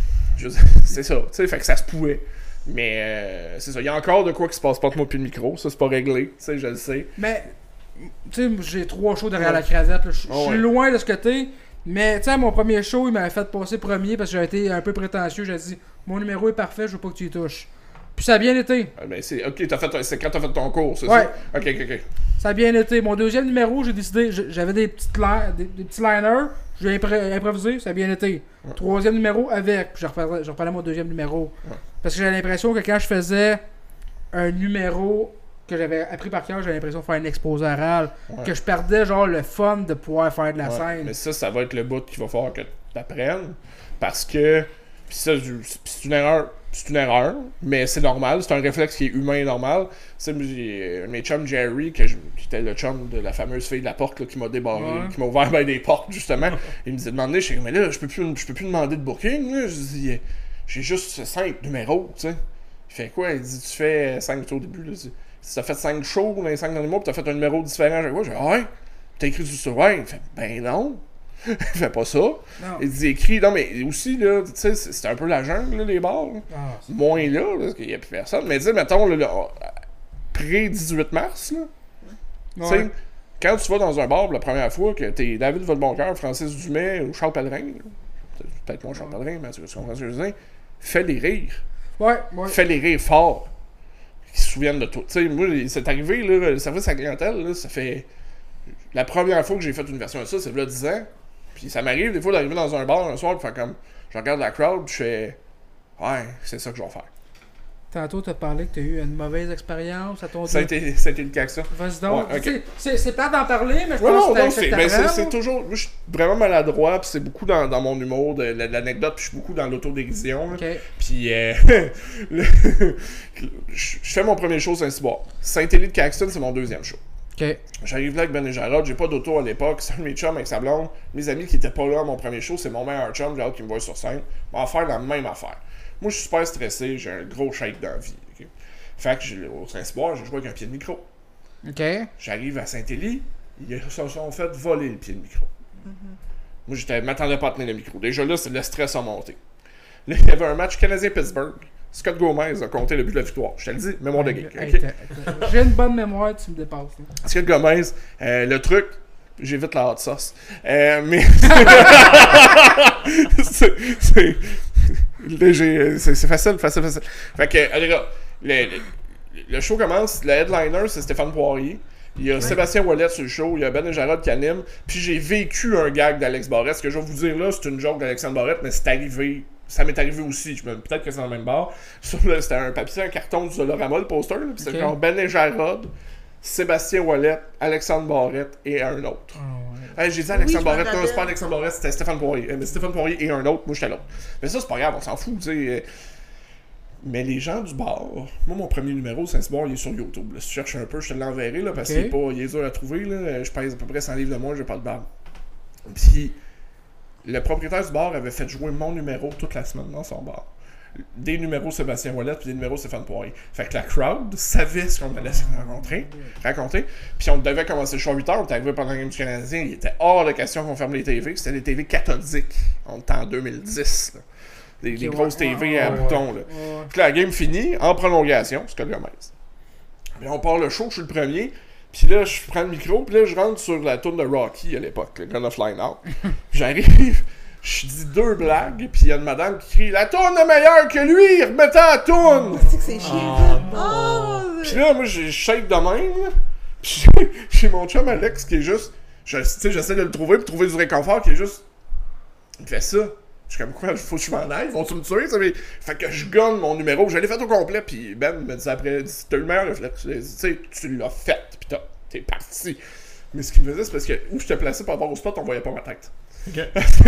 C: c'est ça, tu sais, fait que ça se pouvait. Mais c'est ça, il y a encore de quoi qui se passe pas entre moi et le micro, ça c'est pas réglé, tu sais, je le sais.
B: Mais, tu sais, j'ai 3 shows derrière la cravate, je suis loin de ce côté, mais tu sais, mon premier show, il m'avait fait passer premier parce que j'avais été un peu prétentieux, j'ai dit, mon numéro est parfait, je veux pas que tu y touches. Puis ça a bien été.
C: Ben c'est quand t'as fait ton cours, c'est ça? Ok.
B: Ça a bien été. Mon deuxième numéro, j'ai décidé, j'avais des petits liners, j'ai improvisé, ça a bien été. Ouais. Troisième numéro avec, je reparlais mon deuxième numéro. Ouais. Parce que j'avais l'impression que quand je faisais un numéro que j'avais appris par cœur, j'avais l'impression de faire un exposé oral, que je perdais genre le fun de pouvoir faire de la scène. Mais
C: ça va être le bout qu'il va falloir que tu apprennes, parce que c'est une erreur, mais c'est normal, c'est un réflexe qui est humain et normal. C'est mes chums Jerry, qui était le chum de la fameuse fille de la porte là, qui m'a débarré, qui m'a ouvert ben des portes justement. Il me disait demander, je dis mais là je peux plus demander de booking, là. Je dis j'ai juste 5 numéros, tu sais. Il fait quoi? Il dit tu fais 5 shows au début, là. Si t'as fait 5 shows dans les 5 derniers mois, pis t'as fait un numéro différent à chaque fois, j'ai dit ouais, t'as écrit du sur ouais. Il fait ben non. Il fait pas ça. Non. Il dit écrit, non mais aussi là, tu sais, c'est un peu la jungle là, les bars. Moins là, parce qu'il y a plus personne. Mais dis mettons là, pré-18 mars là. Tu sais, quand tu vas dans un bar pour la première fois que t'es David Volboncoeur, Francis Dumais ou Charles Pellerin, là, peut-être moins Charles Pellerin, mais tu comprends ce que je veux dire, fais-les rire. Fais-les rire fort. Qu'ils se souviennent de toi. Tu sais, moi, c'est arrivé, là, le service à la clientèle, là, ça fait La première fois que j'ai fait une version de ça, c'est là 10 ans. Puis ça m'arrive des fois d'arriver dans un bar un soir, puis faire comme, je regarde la crowd, puis je fais, ouais, c'est ça que je vais faire.
B: Tantôt, t'as parlé que t'as eu une mauvaise expérience à ton
C: Ça a été le cas que ça.
B: Vas-y donc.
C: Ouais, ok.
B: C'est pas d'en parler, mais je
C: Ouais,
B: pense
C: non,
B: que
C: non,
B: c'est
C: c'est toujours. Moi, je suis vraiment maladroit, puis c'est beaucoup dans mon humour, de l'anecdote, puis je suis beaucoup dans l'autodérision.
B: Ok.
C: Puis, je fais mon premier show Saint-Cyboire. Saint-Élie de Caxton, c'est mon deuxième show.
B: Ok.
C: J'arrive là avec Ben et Jarod, j'ai pas d'auto à l'époque, c'est un de mes chums avec sa blonde. Mes amis qui étaient pas là à mon premier show, c'est mon meilleur chum, j'ai hâte qu'il me voit sur scène. On va faire la même affaire. Moi, je suis super stressé, j'ai un gros shake dans la vie. Okay? Fait que au Saint-Cyboire, j'ai joué avec un pied de micro.
B: Ok.
C: J'arrive à Saint-Élie, ils se sont fait voler le pied de micro. Moi, je m'attendais pas à tenir le micro. Déjà là, le stress a monté. Là, il y avait un match Canadien-Pittsburgh. Scott Gomez a compté le but de la victoire. Je te le dis, mémoire de geek.
B: Hey,
C: Okay?
B: J'ai une bonne mémoire, tu me dépasses. Là.
C: Scott Gomez, le truc, j'évite la hot sauce. Mais. c'est léger, c'est facile. Fait que, allez, là, le show commence, le headliner, c'est Stéphane Poirier. Il y a Sébastien Ouellet sur le show, il y a Ben et Jarod qui animent. Puis j'ai vécu un gag d'Alex Barrette. Ce que je vais vous dire là, c'est une joke d'Alexandre Barrette, mais c'est arrivé. Ça m'est arrivé aussi, peut-être que c'est dans le même bar. C'était un papier, un carton du Dolorama, le poster, là, puis c'était genre Ben et Jarod, Sébastien Ouellet, Alexandre Barrette et un autre. J'ai dit Alexandre Barrette, non, c'est pas Alexandre Barrette, c'était Stéphane Poirier. Mais Stéphane Poirier et un autre, moi j'étais l'autre. Mais ça, c'est pas grave, on s'en fout, tu sais. Mais les gens du bar, moi mon premier numéro, Saint-Cyboire, il est sur YouTube. Là. Si tu cherches un peu, je te l'enverrai, là, parce qu'il est dur à trouver. Là. Je pèse à peu près 100 livres de moins, j'ai pas de barbe. Puis, le propriétaire du bar avait fait jouer mon numéro toute la semaine dans son bar. Des numéros Sébastien Ouellet puis des numéros Stéphane Poirier. Fait que la crowd savait ce qu'on allait se raconter. Puis on devait commencer le show à 8h, on était arrivé pendant la game du Canadien, il était hors de question qu'on ferme les TV. C'était des TV cathodiques. On était en 2010. Là. Des grosses TV à boutons. Là. Puis la game finit en prolongation, c'est Scott Gomez. Puis on part le show, je suis le premier. Puis là, je prends le micro, puis là, je rentre sur la tourne de Rocky à l'époque, le Gun of Line Out. J'arrive, je dis 2 blagues, puis il y a une madame qui crie « La tourne est meilleure que lui! Remettez la tourne! »
D: C'est que c'est chiant.
C: Puis là, moi, je shake de même, là. Puis j'ai mon chum Alex qui est juste... J'essaie de le trouver, pour trouver du réconfort, qui est juste... Il fait ça. Je suis comme quoi, faut que je m'en aille, ils vont-tu me tuer? Ça fait que je gagne mon numéro, je l'ai fait au complet, puis Ben me dit après, t'as eu le meilleur réflexe, tu sais, tu l'as fait, pis t'es parti. Mais ce qu'il me faisait, c'est parce que où je te plaçais par rapport au spot, on voyait pas ma tête.
A: Ok.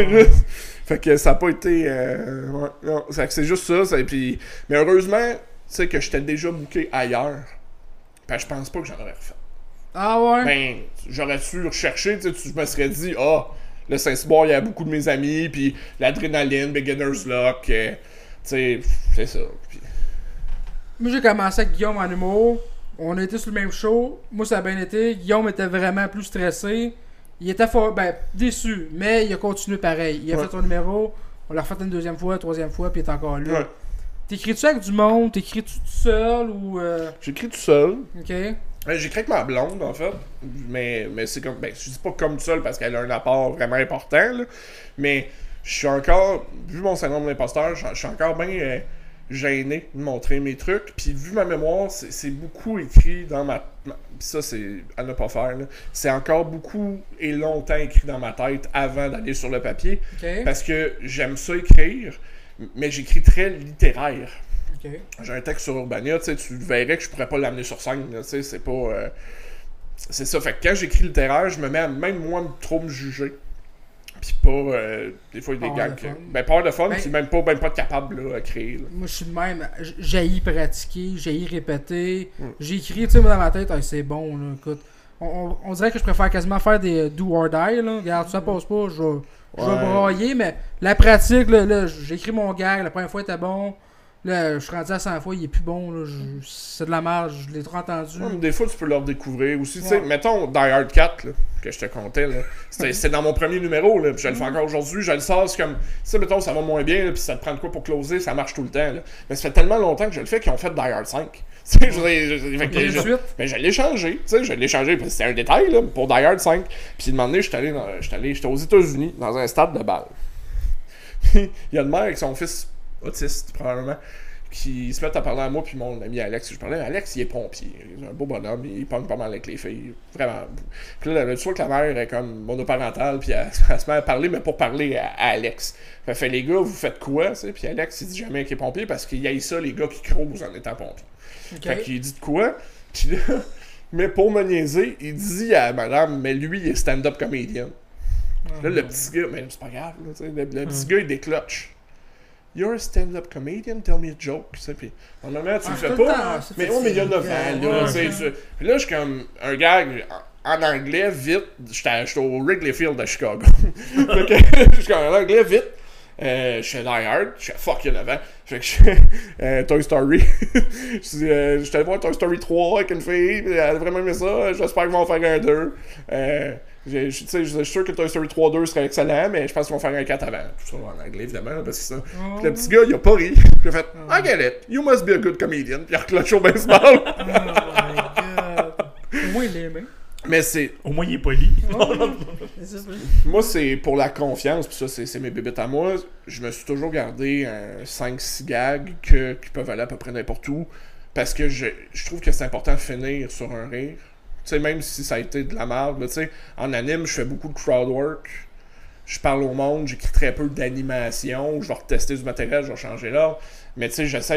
C: Fait que ça a pas été. Ouais, non, c'est juste ça, puis, mais heureusement, tu sais que j'étais déjà booké ailleurs. Ben, je pense pas que j'en aurais refait.
B: Ah ouais?
C: Ben, j'aurais su rechercher, tu sais, je me serais dit, le Saint-Cyboire, il y a beaucoup de mes amis, puis l'adrénaline, Beginner's Luck, tu sais, c'est ça. Puis...
B: Moi, j'ai commencé avec Guillaume en humour. On a été sur le même show. Moi, ça a bien été. Guillaume était vraiment plus stressé. Il était déçu, mais il a continué pareil. Il a fait son numéro. On l'a refait une deuxième fois, troisième fois, puis il est encore là. Ouais. T'écris-tu avec du monde? T'écris-tu tout seul ou...
C: J'écris tout seul.
B: OK.
C: J'écris avec ma blonde, en fait. Mais c'est comme... Ben, je dis pas comme tout seul parce qu'elle a un apport vraiment important, là. Mais je suis encore... Vu mon syndrome d'imposteur, je suis encore bien gêné de montrer mes trucs. Puis vu ma mémoire, c'est beaucoup écrit dans ma... Puis ça, c'est à ne pas faire, là. C'est encore beaucoup et longtemps écrit dans ma tête avant d'aller sur le papier.
B: Okay.
C: Parce que j'aime ça écrire, mais j'écris très littéraire.
B: Okay.
C: J'ai un texte sur Urbania, tu verrais que je pourrais pas l'amener sur scène, tu sais, c'est pas... c'est ça, fait que quand j'écris littéraire, je me mets à même moi trop me juger. Pis pas... des fois, il y a des gags... Ben, pas de fun, pis même pas de capable, là, à créer. Là.
B: Moi, je suis de même. J'haïs pratiquer, j'haïs répéter. J'écris, tu sais, moi, dans ma tête, c'est bon, là, écoute. On dirait que je préfère quasiment faire des do or die, là. Regarde, ça passe pas, je vais brailler, mais la pratique, là, j'écris mon gag, la première fois, il était bon. Là, je suis rendu à 100 fois, il est plus bon, là, c'est de la marge, je l'ai trop entendu.
C: Ouais, des fois, tu peux leur découvrir aussi, tu sais, mettons Die Hard 4, là, que je te comptais, là, c'était dans mon premier numéro, là, puis je le fais encore aujourd'hui, je le sors, c'est comme, tu sais, mettons, ça va moins bien, là, puis ça te prend de quoi pour closer, ça marche tout le temps, là. Mais ça fait tellement longtemps que je le fais qu'ils ont fait Die Hard 5. Tu sais, je l'ai changé, tu sais, parce que c'était un détail, là, pour Die Hard 5. Puis, un moment donné, j'étais aux États-Unis, dans un stade de balle. Il y a une mère avec son fils autiste, probablement, qui se mettent à parler à moi puis mon ami Alex. Je parlais, Alex, il est pompier. Il est un beau bonhomme, il pogne pas mal avec les filles. Vraiment. Puis là, tu vois que la mère est comme monoparentale, puis elle se met à parler, mais pour parler à Alex. Fait les gars, vous faites quoi, tu sais? Puis Alex, il dit jamais qu'il est pompier parce qu'il haït ça, les gars qui crousent en étant pompier.
B: Okay.
C: Fait qu'il dit de quoi? Puis là, mais pour me niaiser, il dit à madame, mais lui, il est stand-up comédien. Là, le petit gars, mais c'est pas grave, là, tu sais, le petit gars, il décloche. You're a stand-up comedian, tell me a joke. Tu sais, puis, normalement, tu le fais pas. Mais il y a 9 ans, là, tu sais. Puis là, je suis comme un gag en anglais, vite. J'étais au Wrigley Field de Chicago. Fait que, je suis en anglais, vite. Je suis Die Hard, je suis fucking avant. Fait que je suis Toy Story. J'étais allé voir Toy Story 3 avec une fille, elle a vraiment aimé ça. J'espère qu'ils vont en faire un 2. Je suis sûr que Toy Story 3-2 serait excellent, mais je pense qu'ils vont faire un 4 avant. Tout ça en anglais, évidemment, parce que ça. Puis le petit gars, il a pas ri. Puis il a fait I get it, you must be a good comedian. Puis il a recloché au baseball.
B: Oh my god. Au moins, il l'a aimé.
C: Mais c'est.
A: Au moins, il est poli.
C: Moi, c'est pour la confiance, puis ça, c'est mes bébites à moi. Je me suis toujours gardé un 5-6 gags qui peuvent aller à peu près n'importe où. Parce que je trouve que c'est important de finir sur un rire. Tu sais, même si ça a été de la merde, tu sais, en anime, je fais beaucoup de crowd work. Je parle au monde, j'écris très peu d'animation. Je vais retester du matériel, je vais changer l'ordre. Mais tu sais, j'essaie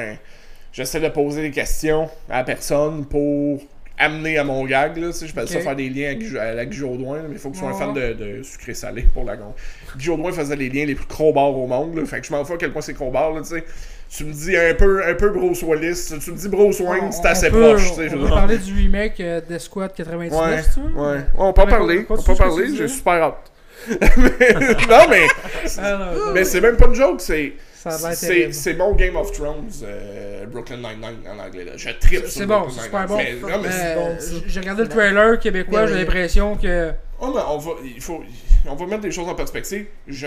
C: de poser des questions à la personne pour amener à mon gag, là, tu sais, je peux ça faire des liens à la Guy Jodoin, mais il faut que tu sois un fan de sucré-salé pour la gonde. Guy Jodoin faisait les liens les plus crowbars au monde, là, fait que je m'en fous à quel point c'est crowbar, là, tu sais. Tu me dis un peu Bruce Willis, tu me dis Bruce Wayne, c'est assez proche, tu sais.
B: On peut parler du remake d'Esquad 99, tu vois?
C: Ouais, on peut en parler, j'ai super hâte. Non, mais c'est même pas une joke, c'est mon Game of Thrones, Brooklyn Nine-Nine en anglais. Là. Je trippe sur
B: Brooklyn Nine-Nine. C'est super bon,
C: c'est bon.
B: J'ai regardé le trailer québécois, j'ai l'impression que...
C: Oh, mais on va mettre des choses en perspective. Je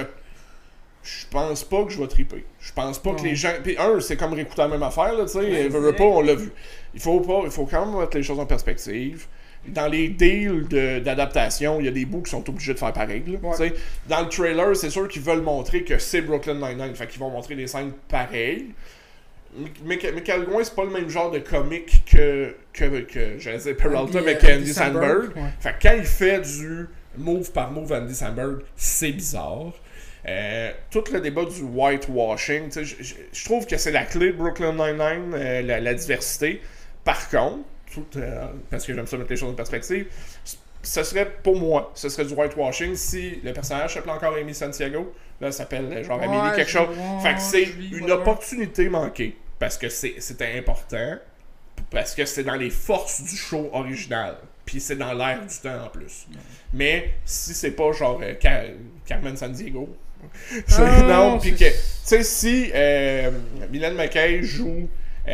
C: pense pas que je vais triper. Je pense pas que les gens... Puis c'est comme réécouter la même affaire, là, tu sais. Veut pas, on l'a vu. Il faut quand même mettre les choses en perspective. Dans les deals d'adaptation, il y a des bouts qui sont obligés de faire pareil. Ouais. Dans le trailer, c'est sûr qu'ils veulent montrer que c'est Brooklyn Nine-Nine. Fait qu'ils vont montrer des scènes pareilles. Michael Gouin, c'est pas le même genre de comique que j'allais dire Peralta, mais qu'Andy Samberg. Ouais. Fait que quand il fait du move par move Andy Samberg, c'est bizarre. Tout le débat du whitewashing, je trouve que c'est la clé de Brooklyn Nine-Nine, la diversité. Par contre, parce que j'aime ça mettre les choses en perspective, ce serait, pour moi, ce serait du whitewashing si le personnage s'appelait encore Amy Santiago, là, ça s'appelle genre Amélie quelque chose. Fait que c'est une opportunité manquée, parce que c'était important, parce que c'est dans les forces du show original, puis c'est dans l'air du temps en plus. Mais si c'est pas genre Carmen Sandiego, non, puis que, tu sais, si Mylène McKay joue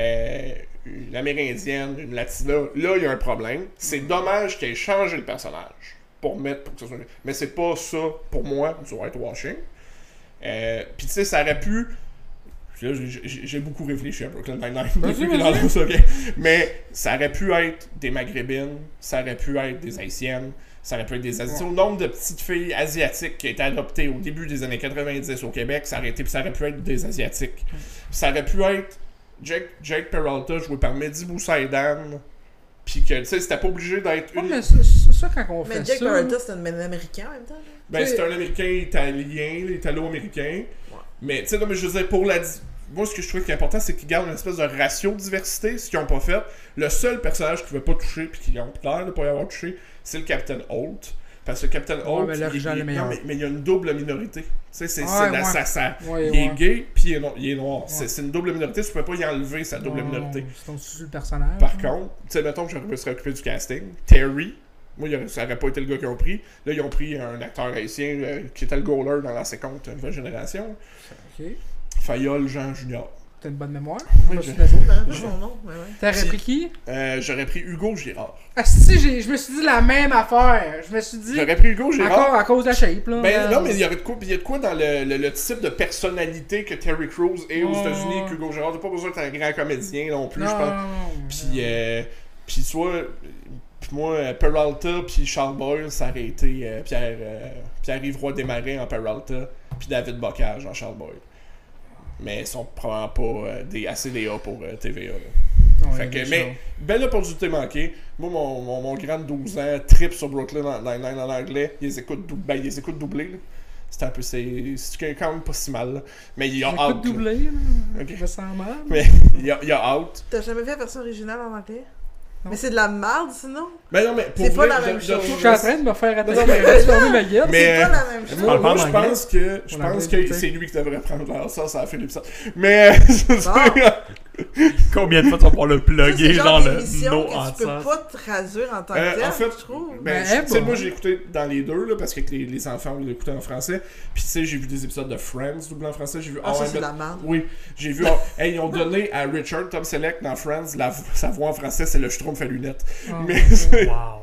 C: une Amérindienne, une Latina, là, il y a un problème. C'est dommage qu'elle ait changé le personnage pour que ça soit... Mais c'est pas ça, pour moi, du whitewashing. Puis tu sais, ça aurait pu... Là, j'ai beaucoup réfléchi à Brooklyn Nine-Nine. Mais ça aurait pu être des Maghrébines, ça aurait pu être des Haïtiennes, ça aurait pu être des Asiatiques. Au nombre de petites filles asiatiques qui ont été adoptées au début des années 90 au Québec, ça aurait pu être des Asiatiques. Ça aurait pu être Jake Peralta joué par Mehdi Boussaïdan, pis que, tu sais, c'était pas obligé d'être une...
B: mais c'est ça quand on fait ça...
D: Mais Jake Peralta, c'est un Américain en même temps, là.
C: Ben, c'est un Américain italien, italo-américain, mais, tu sais, je veux dire, moi, ce que je trouve qui est important, c'est qu'ils gardent une espèce de ratio de diversité, ce qu'ils ont pas fait. Le seul personnage qu'ils ne pouvaient pas toucher, puis qu'ils ont l'air de pas y avoir touché, c'est le Capitaine Holt. Parce que Captain Holt, mais il y a une double minorité. Tu sais, il est gay, puis il est noir. Ouais. C'est une double minorité, tu peux pas y enlever sa double minorité.
B: C'est aussi le personnage.
C: Par contre, tu sais, mettons que je me serais occupé du casting. Terry, moi, ça aurait pas été le gars qu'ils ont pris. Là, ils ont pris un acteur haïtien qui était le goaler dans la seconde nouvelle génération.
B: Ok.
C: Fayol Jean Junior.
B: T'as une bonne mémoire?
C: Oui,
D: son nom.
B: T'aurais pris qui?
C: J'aurais pris Hugo Girard.
B: Ah si, je me suis dit la même affaire. Je me suis dit...
C: J'aurais pris Hugo Girard.
B: Encore à cause de la shape, là.
C: Ben non, mais il y a de quoi dans le type de personnalité que Terry Crews est aux États-Unis qu'Hugo Girard. T'as pas besoin d'être un grand comédien non plus, je pense. Puis soit... Puis moi, Peralta puis Charles Boyle, ça aurait été Pierre-Yves Roy Desmarais en Peralta, puis David Bocage en Charles Boyle. mais ils sont probablement pas assez des A pour TVA. Là.
B: Non,
C: Fait
B: il y a
C: que,
B: des
C: mais,
B: choses.
C: belle opportunité manquée. Moi, mon grand de 12 ans trip sur Brooklyn Nine-Nine en anglais. Ils les écoutent doublés. Là. C'est un peu. C'est quand même pas si mal. Là. Mais il y a
B: J'écoute
C: out.
B: doublé, là.
C: Ok.
B: Je me sens mal.
C: Mais il y a out.
D: T'as jamais vu la version originale en anglais?
B: Non.
D: Mais c'est de la merde sinon.
C: Mais non, mais pour
D: C'est pas
C: vrai,
D: la même chose.
B: Je suis en train de me faire attaquer.
C: Non, mais-
B: Je vais fermer ma gueule.
C: Mais-
D: C'est pas la même chose.
C: Moi,
A: parle
C: je
A: en
C: pense que
B: On a bien
C: c'est
B: écouté.
C: lui qui devrait prendre leur ça a fait l'épisode. Mais
A: Combien de fois tu vas pouvoir le
D: Ça, c'est
A: plugger,
D: le
A: genre
D: genre
A: le
D: d'émission
A: no
D: que tu peux
A: answer?
D: pas traduire en tant que tel,
C: en fait,
D: je trouve.
C: ben,
B: Mais
C: tu sais,
B: bon.
C: moi j'ai écouté dans les deux là, parce que les enfants l'écoutaient en français. Puis tu sais, j'ai vu des épisodes de Friends doublés en français. J'ai vu
D: Ah, ça,
C: I
D: c'est
C: Met-
D: de la merde.
C: Oui, j'ai vu. Hey, ils ont donné à Richard Tom Selleck dans Friends sa voix en français, c'est le Schtroumpf à lunettes.
B: Oh,
C: Mais c'est-
A: Wow.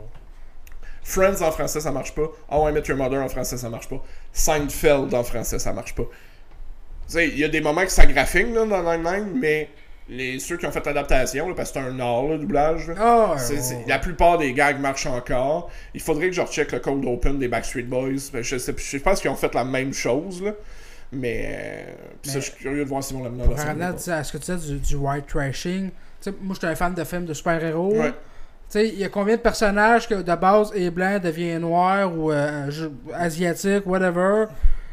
C: Friends en français, ça marche pas. How I Met Your Mother en français, ça marche pas. Seinfeld en français, ça marche pas. Tu sais, il y a des moments que ça graphine là, dans Nine-Nine, mais ceux qui ont fait l'adaptation, là, parce que c'est un art, le doublage, là,
B: Ah,
C: la plupart des gags marchent encore. Il faudrait que je recheck le cold open des Backstreet Boys. Je pense qu'ils ont fait la même chose, là. Mais ça, je suis curieux de voir s'ils vont l'amener dans
B: Pour
C: la
B: revenir à ce que tu disais du white trashing, tu sais, moi j'étais un fan de films de super-héros.
C: Ouais.
B: Tu sais, il y a combien de personnages que de base est blanc, devient noir ou asiatique, whatever.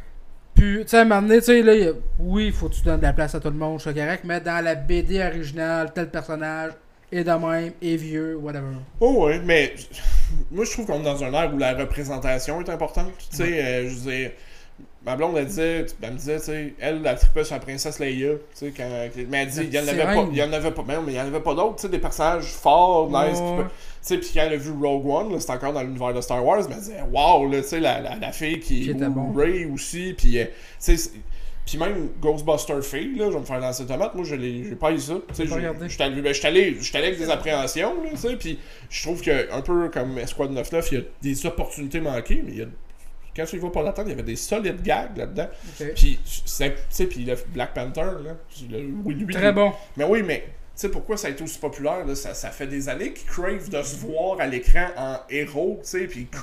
B: Puis, tu sais, à un moment donné, tu sais, là, oui, il faut que tu donnes de la place à tout le monde, c'est correct, mais dans la BD originale, tel personnage est de même, est vieux, whatever.
C: Oh ouais, mais moi je trouve qu'on est dans un ère où la représentation est importante. Tu sais, je veux dire, ma blonde elle me disait, tu sais, elle tripait sur la princesse Leia, tu sais, mais elle dit, il y en avait pas, mais il y en avait pas d'autres, tu sais, des personnages forts, nice,
B: Ouais.
C: tu sais, puis quand elle a vu Rogue One, là, c'était encore dans l'univers de Star Wars, elle me disait, wow, là, tu sais, la fille qui
B: Qui était bon.
C: Rey aussi, puis tu sais. Puis même Ghostbuster Fille, là, je vais me faire lancer tomate, moi j'ai pas eu ça. Tu sais,
B: pas regardé.
C: j'étais allé avec des appréhensions, là, tu sais, puis je trouve que un peu comme Squad 99, il y a des opportunités manquées, mais il y a quand tu y vas pas l'attendre, il y avait des solides gags là-dedans.
B: Ok.
C: Puis tu sais, puis le Black Panther là, oui lui.
B: Très bon.
C: Mais oui, mais tu sais pourquoi ça a été aussi populaire là, ça fait des années qu'ils crave de se voir à l'écran en héros, tu sais, puis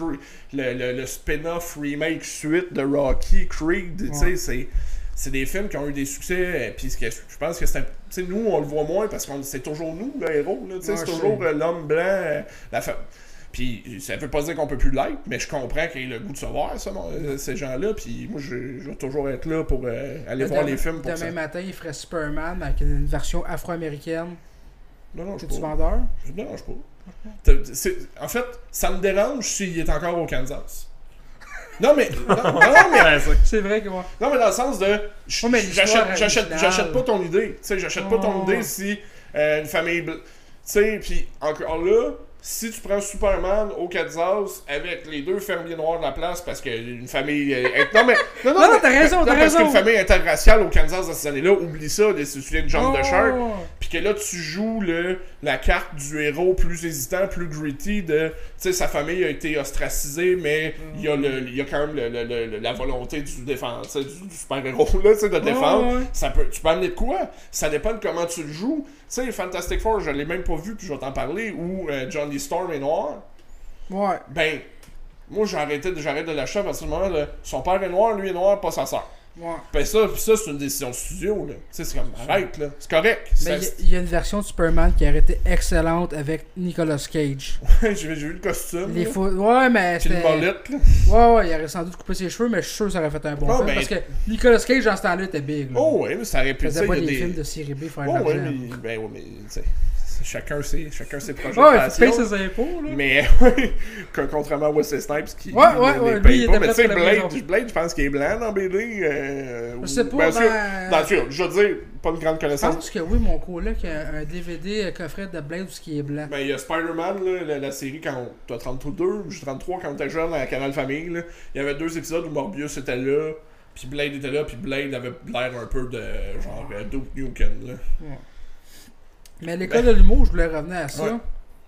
C: le spin-off remake suite de Rocky, Creed, tu sais, c'est des films qui ont eu des succès, puis je pense que c'est, tu sais, nous on le voit moins parce que c'est toujours nous le héros, là, tu sais,
B: Ouais,
C: c'est
B: je
C: toujours
B: sais.
C: l'homme blanc, la femme. Puis ça veut pas dire qu'on peut plus l'être, mais je comprends qu'il ait le goût de se voir, ça, ces gens-là. Puis moi, je vais toujours être là pour aller voir les films pour
B: Demain
C: ça.
B: matin, il ferait Superman avec une version afro-américaine.
C: Non, je
B: Es-tu
C: pas.
B: vendeur?
C: Je me dérange pas. En fait, ça me dérange s'il est encore au Kansas. Non, mais. Non, mais.
A: Ouais, ça.
B: C'est vrai que moi.
C: Non, mais dans le sens de.
B: Ouais, mais l'histoire
C: J'achète pas ton idée. Tu sais, j'achète pas ton
B: Oh.
C: idée si une famille. Tu sais, puis encore là, si tu prends Superman au Kansas avec les deux fermiers noirs de la place parce qu'une famille. Non, mais. Non,
B: Non, t'as raison, t'as
C: parce
B: raison.
C: qu'une famille interraciale au Kansas dans ces années-là, oublie ça, si tu souviens de John the Shark.
B: Oh.
C: Puis que là, tu joues la carte du héros plus hésitant, plus gritty de... Tu sais, sa famille a été ostracisée, mais il y a quand même la volonté du défenseur, du super-héros, là, tu sais, de défendre.
B: Ouais.
C: Tu peux amener de quoi? Ça dépend de comment tu le joues. Tu sais, Fantastic Four, je l'ai même pas vu, puis je vais t'en parler, où Johnny Storm est noir.
B: Ouais.
C: Ben, moi, j'arrête de l'acheter à partir du moment de... Son père est noir, lui est noir, pas sa sœur.
B: Ouais.
C: Ben ça, c'est une décision de studio, là. Tu sais, c'est comme, arrête, là. C'est correct.
B: Mais il y a une version de Superman qui aurait été excellente avec Nicolas Cage.
C: J'ai vu le costume.
B: Les
C: là.
B: Ouais, mais
C: Puis le
B: c'était...
C: molette, là.
B: Ouais, il aurait sans doute coupé ses cheveux, mais je suis sûr que ça aurait fait un bon
C: Oh,
B: film.
C: ben-
B: Parce que Nicolas Cage, dans ce temps-là, était big. Là.
C: Oh, ouais, mais ça aurait pu
B: Il
C: tu sais,
B: faisait pas
C: il y
B: des
C: a
B: films de série B, faire de
C: Oh,
B: l'argent.
C: ouais, mais tu sais, chacun ses projets
B: Ouais,
C: de
B: il faut payer
C: passion.
B: ses impôts, là.
C: Mais, contrairement à Wesley Snipes qui
B: Ouais,
C: les
B: lui,
C: paye
B: il
C: pas.
B: était
C: Mais tu sais,
B: prêt pour la maison.
C: Blade, je pense qu'il est blanc dans BD.
B: Je sais pas,
C: bien sûr,
B: ben-
C: je veux dire, pas une grande
B: Je
C: connaissance.
B: pense que oui, mon coloc a un DVD coffret de Blade où ce qui est blanc.
C: Ben, il y a Spider-Man, là, la série quand t'as 32, j'ai 33 quand t'étais jeune à Canal Famille. Là. Il y avait 2 épisodes où Morbius était là, puis Blade était là, puis Blade avait l'air un peu de genre Duke Nukem. Là.
B: Mais l'école de l'humour, je voulais revenir à ça.
C: Ouais.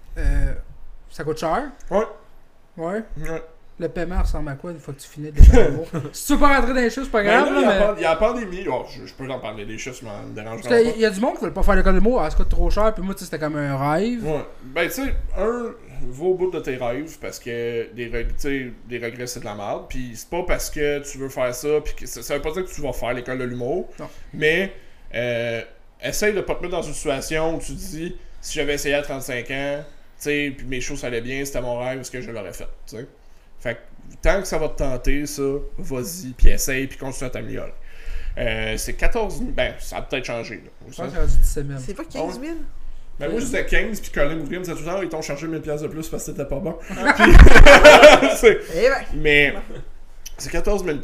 B: Ça coûte cher.
C: Ouais.
B: Ouais.
C: Ouais.
B: Le paiement ressemble à quoi une fois que tu finis de faire l'humour? Si tu veux pas rentrer dans les choses, c'est pas
C: Mais
B: grave.
C: là,
B: là,
C: il y a la pandémie. Oh, je peux en parler des chiffres, ça me dérange
B: Parce qu'il y a du monde qui veut pas faire l'école de l'humour, ça coûte trop cher, puis moi, tu sais, c'était comme un rêve.
C: Ouais. Ben, tu sais, va au bout de tes rêves parce que des regrets c'est de la merde. Puis c'est pas parce que tu veux faire ça, puis que ça veut pas dire que tu vas faire l'école de l'humour.
B: Non.
C: Mais essaye de pas te mettre dans une situation où tu te dis si j'avais essayé à 35 ans, puis mes shows ça allait bien, c'était mon rêve, est-ce que je l'aurais fait, t'sais. Fait que tant que ça va te tenter, ça, vas-y, puis essaye, puis continue à t'améliorer. C'est 14 000, ben ça a peut-être changé. Là,
B: Je pense que c'est rendu 17 000.
D: C'est pas 15 000?
C: Ben moi j'étais 15, puis Colin Ouvrier me disait tout le temps, ils t'ont chargé 1000$ de plus parce que c'était pas bon.
D: Eh ben.
C: Mais c'est 14 000$.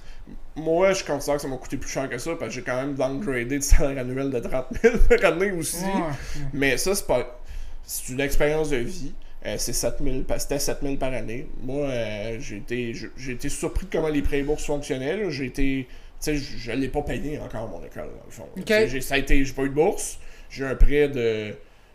C: Moi, je considère que ça m'a coûté plus cher que ça parce que j'ai quand même downgradé de salaire annuel de 30 000 par année aussi. Mais ça, c'est une expérience de vie. C'est 7 000, c'était 7 000 par année. Moi, j'ai été surpris de comment les prêts et bourses fonctionnaient. Là. J'ai été, tu sais, je l'ai pas payé encore mon école dans le fond.
B: Okay.
C: J'ai pas eu de bourse. J'ai un prêt de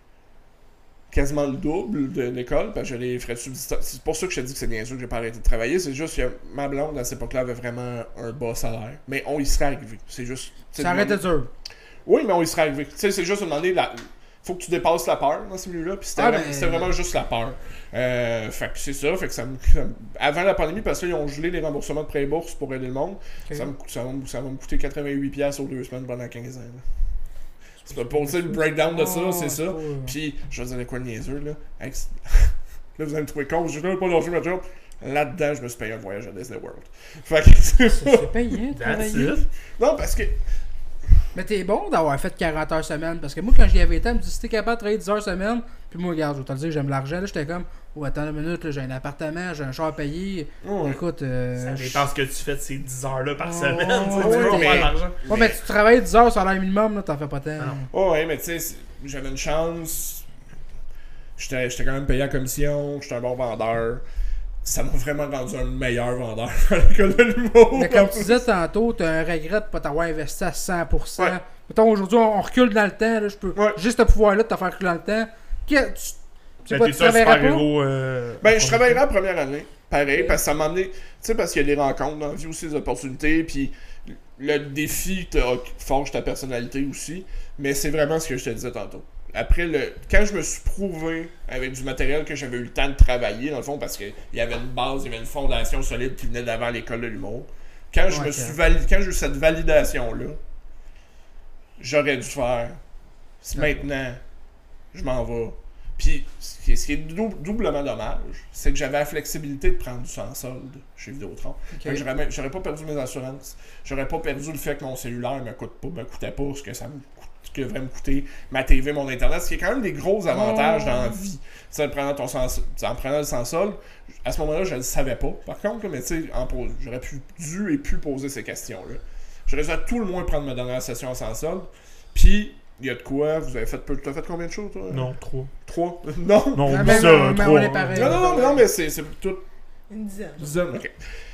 C: quasiment le double de l'école parce que j'ai les frais de subsistance. C'est pour ça que je te dis que c'est bien sûr que j'ai pas arrêté de travailler. C'est juste que ma blonde à cette époque-là avait vraiment un bas salaire. Mais on y serait arrivé. C'est juste.
B: Ça arrête de dur.
C: Oui, mais on y serait arrivé. Tu sais, c'est juste demander faut que tu dépasses la peur dans ce milieu-là. Puis c'était vraiment juste la peur. Fait que c'est ça. Fait que avant la pandémie, parce qu'ils ont gelé les remboursements de prêts et bourses pour aider le monde, okay. ça va me coûter 88$ aux 2 semaines pendant 15 ans. Là. C'est pas pour le breakdown de ça, c'est ça. Puis, je vais dire quoi de niaiseux, là. Là, vous allez me trouver con, je n'ai pas lâché ma job. Là-dedans, je me suis payé un voyage à Disney World. Fait que
B: c'est payé, travailler.
C: Non, parce que.
B: Mais t'es bon d'avoir fait 40 heures semaine. Parce que moi, quand j'y avais été, elle me dit si t'es capable de travailler 10 heures semaine. Puis moi, regarde, je vais te le dire, j'aime l'argent. Là, j'étais comme, oh, attends une minute, là, j'ai un appartement, j'ai un char à payer. Écoute.
A: Ça dépend ce que tu fais de ces 10 heures-là par semaine. Tu
B: vas
A: faire de l'argent.
B: Ouais, mais tu travailles 10 heures sur l'air minimum, là, t'en fais pas tant.
C: Ouais, mais tu sais, j'avais une chance. J'étais quand même payé en commission, j'étais un bon vendeur. Ça m'a vraiment rendu un meilleur vendeur à l'école de l'humour.
B: Mais comme tu disais tantôt, t'as un regret de pas t'avoir investi à 100%. Ouais. Mettons, aujourd'hui, on recule dans le temps. Là, je peux juste ce pouvoir-là de te faire reculer dans le temps. Tu travaillerais pas?
C: Ben, je travaillerais la première année. Pareil, parce que ça m'a amené... Tu sais, parce qu'il y a des rencontres dans la vie aussi, des opportunités, puis le défi forge ta personnalité aussi. Mais c'est vraiment ce que je te disais tantôt. Après, quand je me suis prouvé avec du matériel que j'avais eu le temps de travailler, dans le fond, parce qu'il y avait une base, il y avait une fondation solide qui venait d'avant l'école de l'humour, quand j'ai eu cette validation-là, j'aurais dû faire. Maintenant, je m'en vais. Puis, ce qui est doublement dommage, c'est que j'avais la flexibilité de prendre du sans solde chez Vidéotron. Okay. J'aurais pas perdu mes assurances. J'aurais pas perdu le fait que mon cellulaire me coûtait pas ce que ça devrait me coûter, ma TV, mon internet, ce qui est quand même des gros avantages dans la vie. En prenant le sans solde, à ce moment-là, je ne le savais pas. Par contre, mais tu sais, j'aurais dû poser ces questions-là. J'aurais dû à tout le moins prendre ma dernière session en sans solde. Puis, il y a de quoi? Vous avez fait t'as fait combien de shows, toi?
A: Non, 3.
C: 3? Non?
A: Non,
B: mais ça, 3.
C: Non, mais c'est tout...
D: Une dizaine.
C: OK.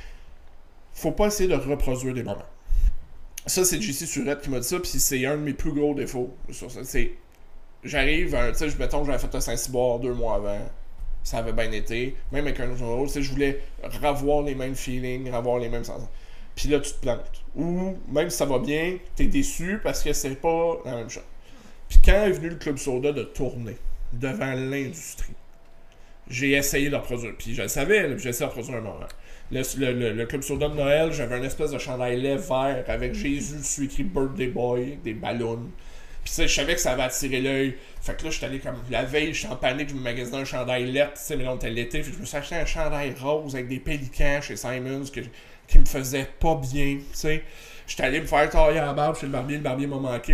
C: Faut pas essayer de reproduire des moments. Ça, c'est JC Surette qui m'a dit ça, puis c'est un de mes plus gros défauts sur ça. J'arrive, tu sais, mettons que j'avais fait un Saint-Cyboire 2 mois avant, ça avait bien été, même avec un autre rôle, tu sais, je voulais revoir les mêmes feelings, revoir les mêmes sensations. Puis là, tu te plantes. Ou, même si ça va bien, t'es déçu parce que c'est pas la même chose. Puis quand est venu le Club Soda de tourner devant l'industrie, j'ai essayé de reproduire, puis je le savais, j'ai essayé de reproduire un moment. Le Club Soda de Noël, j'avais un espèce de chandail lait vert avec Jésus dessus écrit Birthday Boy, des ballons. Puis je savais que ça avait attiré l'œil. Fait que là, j'étais allé comme la veille, j'étais en panique, je me magasinais un chandail lait, tu sais, mais là on était l'été, fait que je me suis acheté un chandail rose avec des pélicans chez Simons qui me faisait pas bien, tu sais. J'étais allé me faire tailler la barbe chez le barbier m'a manqué,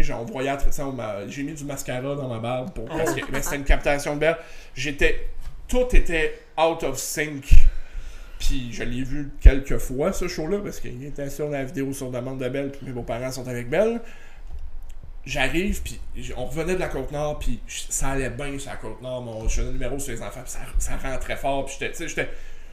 C: j'ai mis du mascara dans ma barbe parce que c'était une captation de belle. Tout était out of sync. Puis je l'ai vu quelques fois, ce show-là, parce qu'il était sur la vidéo sur demande de Belle, puis mes beaux-parents sont avec Belle. J'arrive, puis on revenait de la Côte-Nord, puis ça allait bien sur la Côte-Nord. Je faisais un numéro sur les enfants, puis ça rentrait fort, puis j'étais...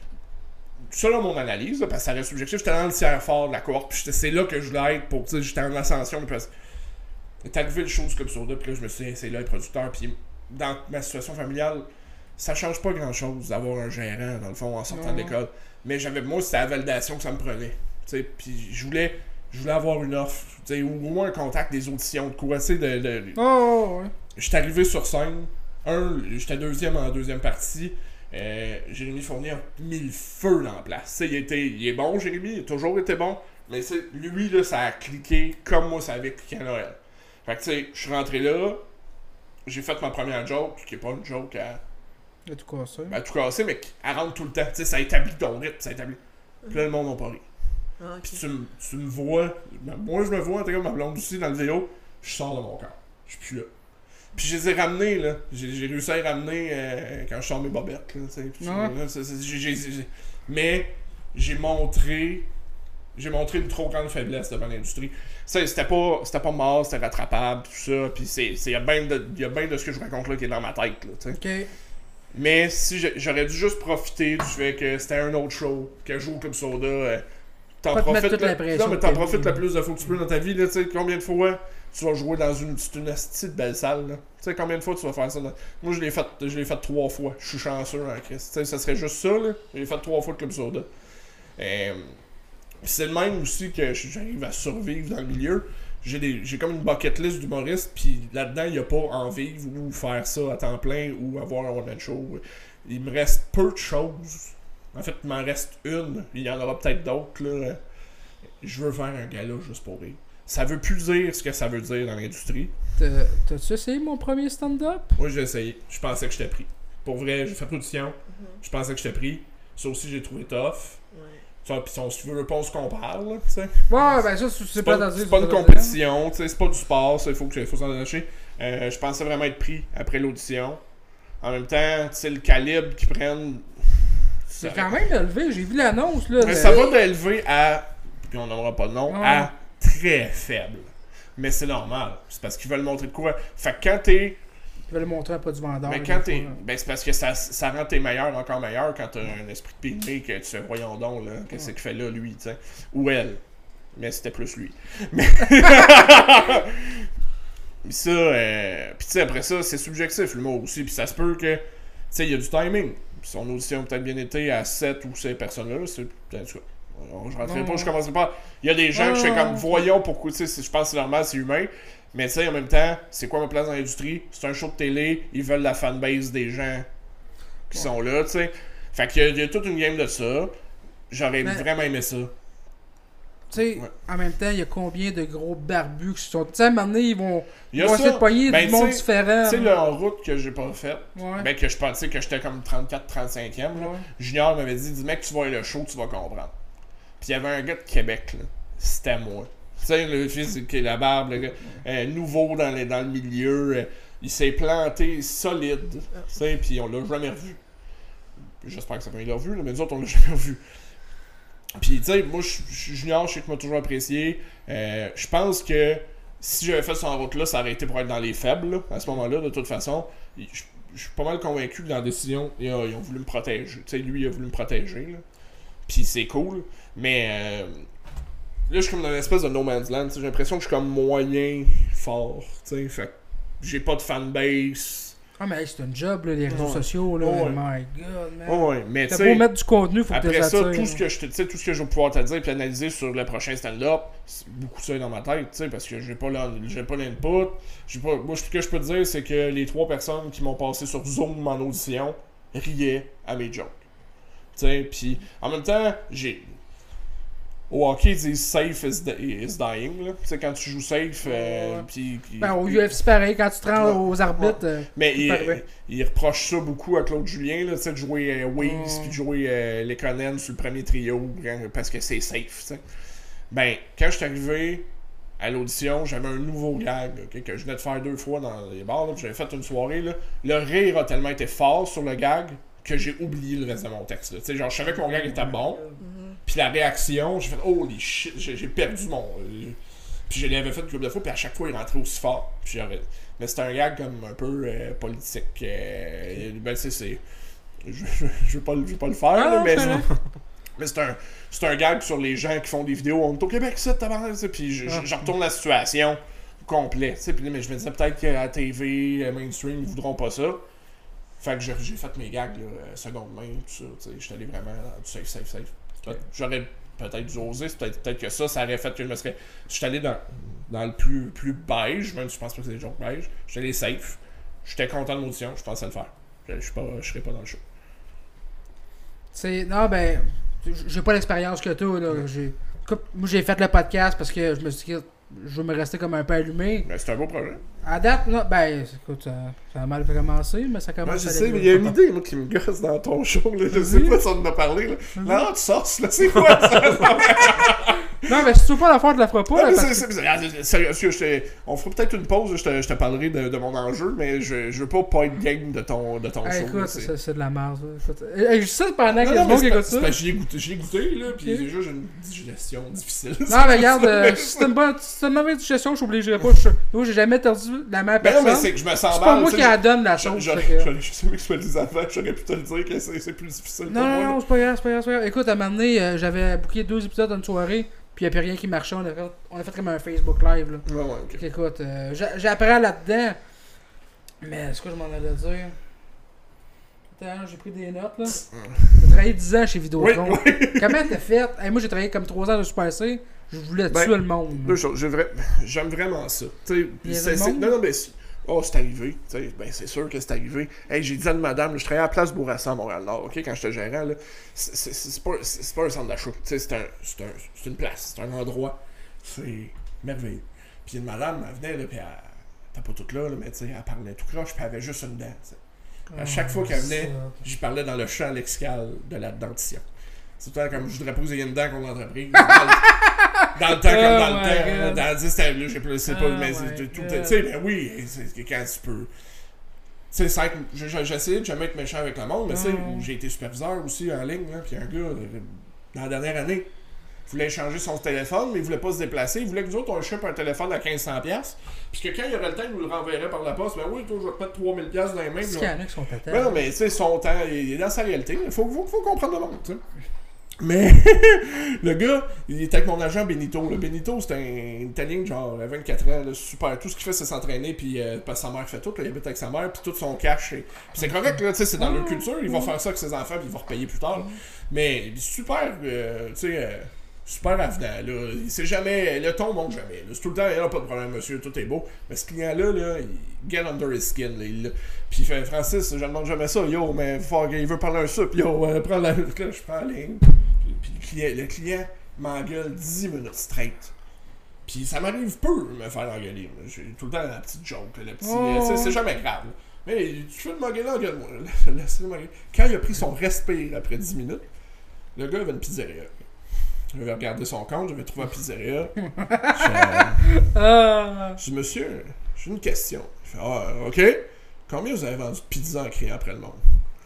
C: Selon mon analyse, là, parce que ça reste subjectif, j'étais dans le tiers fort de la cohorte, puis c'est là que je voulais être pour, tu sais, j'étais en ascension, parce que t'as arrivé le show du Club Soda, puis là, je me suis dit, c'est là le producteur, puis dans ma situation familiale, ça change pas grand-chose d'avoir un gérant, dans le fond, en sortant de l'école. Mais moi, c'était la validation que ça me prenait. Puis je voulais avoir une offre, ou au moins un contact des auditions, de quoi, ouais. J'étais arrivé sur scène, J'étais deuxième en deuxième partie. Jérémy Fournier a mis le feu dans la place. Il est bon, Jérémy, il a toujours été bon. Mais lui, là, ça a cliqué comme moi, ça avait cliqué à Noël. Fait que tu sais, je suis rentré là, j'ai fait ma première joke, qui est pas une joke à
B: tout casser.
C: à tout casser, mais elle rentre tout le temps. Tu sais, ça établit ton rythme, ça établit. Puis là, le monde n'a pas ri.
D: Ah,
C: Puis
D: ok.
C: tu me vois, moi je me vois, en tout cas, ma blonde aussi dans le vidéo, je sors de mon corps. Je suis plus là. Puis je les ai ramenés, là. J'ai réussi à les ramener quand je sors mes bobettes, là. Mais j'ai montré une trop grande faiblesse devant l'industrie. C'était pas mort, c'était rattrapable, tout ça. Puis il y a bien de ce que je raconte là qui est dans ma tête, là, tu sais.
B: Ok.
C: Mais si j'aurais dû juste profiter du fait que c'était un autre show, que je joue au Club Soda, t'en
B: Pas te mettre
C: profites.
B: toute la pression
C: Non, mais
B: que
C: t'en
B: t'as
C: profites
B: mis.
C: le plus de fois que tu peux dans ta vie, là, tu sais, combien de fois tu vas jouer dans une petite belle salle, là. Tu sais, combien de fois tu vas faire ça? Moi, je l'ai fait 3 fois. Je suis chanceux, hein, Chris. Tu sais, ça serait juste ça, là. Je l'ai fait 3 fois le Club Soda. C'est le même aussi que j'arrive à survivre dans le milieu. J'ai comme une bucket list d'humoristes, puis là-dedans, il n'y a pas en vivre ou faire ça à temps plein ou avoir un one-man show. Il me reste peu de choses. En fait, il m'en reste une. Il y en aura peut-être d'autres, là. Je veux faire un gala juste pour rire. Ça veut plus dire ce que ça veut dire dans l'industrie.
B: T'as-tu essayé mon premier stand-up?
C: Moi, j'ai essayé. Je pensais que j'étais pris. Pour vrai, j'ai fait l'audition. Je pensais que j'étais pris. Ça aussi, j'ai trouvé tough.
D: Ouais.
C: Puis si tu veux pas ce qu'on parle, là, tu sais.
B: Ouais, ben ça, c'est pas dans
C: C'est pas une compétition, tu sais, c'est pas du sport, ça, il faut s'en lâcher. Je pensais vraiment être pris après l'audition. En même temps, tu sais, le calibre qu'ils prennent.
B: C'est quand même élevé, j'ai vu l'annonce, là.
C: Mais ça va d'élevé à, puis on n'aura pas de nom,
B: Ouais.
C: à très faible. Mais c'est normal. C'est parce qu'ils veulent montrer de quoi. Fait que quand t'es.
B: Je vais le montrer à pas du vendeur.
C: Mais quand t'es. Ben c'est parce que ça rend tes meilleurs encore meilleurs quand t'as un esprit de pygmée que tu fais voyons donc là. Qu'est-ce qu'il fait là, lui, tu sais. Ou elle. Mais c'était plus lui. Mais. Puis ça, puis tu sais, après ça, c'est subjectif l'humour aussi. Puis ça se peut que. Tu sais, il y a du timing. Puis son audition a peut-être bien été à 7 ou ces personnes-là. C'est peut-être ça. Je rentrerai pas, je commencerai pas. Il y a des gens que je fais comme voyons pourquoi, tu sais, je pense que c'est normal, c'est humain. Mais tu sais, en même temps, c'est quoi ma place dans l'industrie? C'est un show de télé, ils veulent la fanbase des gens qui sont là, tu sais. Fait qu'il y a toute une game de ça. J'aurais vraiment aimé ça.
B: Tu sais,
C: Ouais.
B: en même temps, il y a combien de gros barbus qui sont. Tu sais, à un moment donné, ils vont
C: Il y a
B: essayer de pogner
C: Ben,
B: du monde
C: tu sais,
B: différent.
C: Tu sais, le en route que j'ai pas fait,
B: Ouais.
C: ben que je pensais que j'étais comme 34-35e, là.
B: Ouais.
C: Junior m'avait dit, mec, tu vas voir le show, tu vas comprendre. Puis il y avait un gars de Québec, là. C'était moi. Tu sais, le fils qui est la barbe, le gars, nouveau dans le milieu, il s'est planté solide, tu sais, puis on l'a jamais revu. J'espère que ça va être revu, là, mais nous autres, on l'a jamais revu. Puis, tu sais, moi, je suis junior, je sais que m'a toujours apprécié. Je pense que si j'avais fait son route-là, ça aurait été pour être dans les faibles, là, à ce moment-là, de toute façon. Je suis pas mal convaincu que dans la décision, ils ont voulu me protéger. Tu sais, lui, il a voulu me protéger, là. Puis c'est cool, mais là, je suis comme dans une espèce de no man's land. J'ai l'impression que je suis comme moyen fort, tu sais. Fait que j'ai pas de fanbase.
B: Ah, mais hey, c'est un job, là, les réseaux
C: Ouais.
B: sociaux, là.
C: Ouais.
B: My god, man.
C: Ouais, mais tu
B: T'as
C: sais.
B: beau mettre du contenu, faut que
C: Après
B: t'es
C: ça,
B: attires.
C: tout ce que je vais pouvoir te dire et analyser sur le prochain stand-up, c'est beaucoup ça dans ma tête, tu sais, parce que j'ai pas l'input. Moi, ce que je peux te dire, c'est que les 3 personnes qui m'ont passé sur Zoom en audition riaient à mes jokes. Tu sais, puis en même temps, au hockey, ils disent safe is dying, là. Tu sais, quand tu joues safe, puis.
B: Ben, au UFC, pareil, quand tu te rends
C: Ouais.
B: aux arbitres.
C: Mais
B: c'est parfait.
C: il reproche ça beaucoup à Claude Julien, là, tu sais, de jouer Weeze puis de jouer Lekonen sur le premier trio parce que c'est safe, tu sais. Ben, quand je suis arrivé à l'audition, j'avais un nouveau gag là, que je venais de faire 2 fois dans les bars, là, puis j'avais fait une soirée. Là. Le rire a tellement été fort sur le gag que j'ai oublié le reste de mon texte. Tu sais, genre, je savais que mon gag était bon, puis la réaction, j'ai fait « Holy shit! » J'ai perdu mon... Puis je l'avais fait une couple de fois, puis à chaque fois, il rentrait aussi fort. Puis mais c'était un gag comme un peu politique. Ben, c'est... Je veux pas le faire, là, mais... Mais c'est un gag sur les gens qui font des vidéos. On est au Québec, ça, tabarnak, puis je retourne la situation complète. Mais je me disais peut-être qu'à la TV, mainstream, ils voudront pas ça. Fait que j'ai fait mes gags, là, seconde main, tout ça. J'étais allé vraiment dans du safe. J'aurais peut-être dû oser, peut-être que ça aurait fait que je me serais. Je suis allé dans le plus beige, même si je pense pas que c'est des jokes beige. J'étais allé safe. j'étais content de l'audition, je pensais le faire. Je serais pas dans le show.
B: Non, ben, j'ai pas l'expérience que toi, là. Moi, j'ai fait le podcast parce que je me suis dit que je veux me rester comme un peu allumé.
C: Mais c'est un beau projet.
B: À date, non, ben, écoute, ça a mal commencé, mais ça commence
C: Moi, je
B: à
C: sais,
B: aller
C: mais il y a
B: mieux.
C: une idée, moi, qui me gosse dans ton show, là. Je sais pas si on en a parlé, là. Non, tu sauces, là, c'est quoi ça?
B: Non, mais si tu veux pas la faire, tu la feras pas.
C: Non,
B: là,
C: mais
B: parce
C: sérieux, on fera peut-être une pause, je te parlerai de mon enjeu, mais je veux pas être game de ton show.
B: écoute,
C: là,
B: c'est de la merde, ça. Je sais pendant qu'il y a
C: non,
B: du monde qui
C: mais
B: écoute ça.
C: je l'ai goûté, là, pis déjà, j'ai une digestion difficile.
B: Non, mais regarde, si c'est une mauvaise digestion, je t'obligerai pas. Moi, j'ai jamais tordu la main à
C: Ben non,
B: personne.
C: mais c'est que je me sens
B: C'est
C: mal.
B: pas moi
C: tu
B: qui
C: sais,
B: la donne la chose.
C: je sais que je les enfants, j'aurais pu te le dire que c'est plus difficile pour moi.
B: Non, c'est pas grave, c'est pas grave. Écoute, à un moment donné, j'avais booké 2 épisodes d'une soirée, puis il n'y a plus rien qui marchait. On a fait comme un Facebook Live, là.
C: Ouais, ok.
B: Fait qu'écoute, j'apprends là-dedans. Mais ce que je m'en allais dire. Attends, j'ai pris des notes, là. J'ai travaillé 10 ans chez Vidéotron.
C: Oui.
B: Comment t'as fait? Hey, moi, j'ai travaillé comme 3 ans de Super C. Je voulais tuer le monde.
C: Deux choses. J'aime vraiment ça.
B: Il y avait le monde?
C: Non, mais c'est arrivé. Ben, c'est sûr que c'est arrivé. Hey, j'ai dit à une madame, je travaillais à Place Bourassa à Montréal-Nord, ok, quand j'étais gérant, là. C'est pas un centre d'achat. C'est une place, c'est un endroit. C'est merveilleux. Puis une madame, elle venait, là, puis elle pas toute là, mais tu sais, elle parlait tout croche, puis elle avait juste une dent. T'sais. À chaque fois qu'elle venait, j'y parlais dans le champ lexical de la dentition. C'est tout le temps comme je voudrais poser une dent contre l'entreprise. Dans le temps comme dans le temps. Dans 10 là, je sais pas, mais c'est tout. Tu sais, ben oui, c'est quand tu peux. Tu sais, j'essayais de jamais être méchant avec le monde, mais tu sais, j'ai été superviseur aussi en ligne, là, puis un gars, dans la dernière année, il voulait échanger son téléphone, mais il voulait pas se déplacer. Il voulait que nous autres, on chope un téléphone à 1500$, puis que quand il aurait le temps, il nous le renverrait par la poste. Ben oui, toi, je vais te mettre 3000$ dans les mains.
B: C'est qu'il y en a qui sont pétés.
C: Ben non, mais tu sais, son temps, il est dans sa réalité. Il faut comprendre le monde, tu sais. Mais le gars, il était avec mon agent Benito. Le Benito, c'est un Italien genre 24 ans, là, super. Tout ce qu'il fait, c'est s'entraîner, puis parce que sa mère fait tout. Là, il habite avec sa mère, puis tout son cash. Puis c'est correct, là, c'est dans leur culture. Il va faire ça avec ses enfants, puis il va repayer plus tard. Mais super, tu sais, super avenant. Là. Il sait jamais, le ton monte jamais. Là. C'est tout le temps, il n'y a pas de problème, monsieur, tout est beau. Mais ce client-là, là, il get under his skin. Là, puis il fait, Francis, je ne demande jamais ça. Yo, mais il veut parler un sup. Yo, prends la. Là, je prends la ligne. Puis le client m'engueule 10 minutes straight. Puis ça m'arrive peu de me faire engueuler. J'ai tout le temps la petite joke, le petit. C'est jamais grave. Là. Mais tu veux m'engueuler, engueule-moi. Laissez-le m'engueuler. Quand il a pris son respire après 10 minutes, le gars avait une pizzeria. J'avais regardé son compte, j'avais trouvé un pizzeria. Je dis, monsieur, j'ai une question. Il fait, ok. Combien vous avez vendu de pizza en criant après le monde?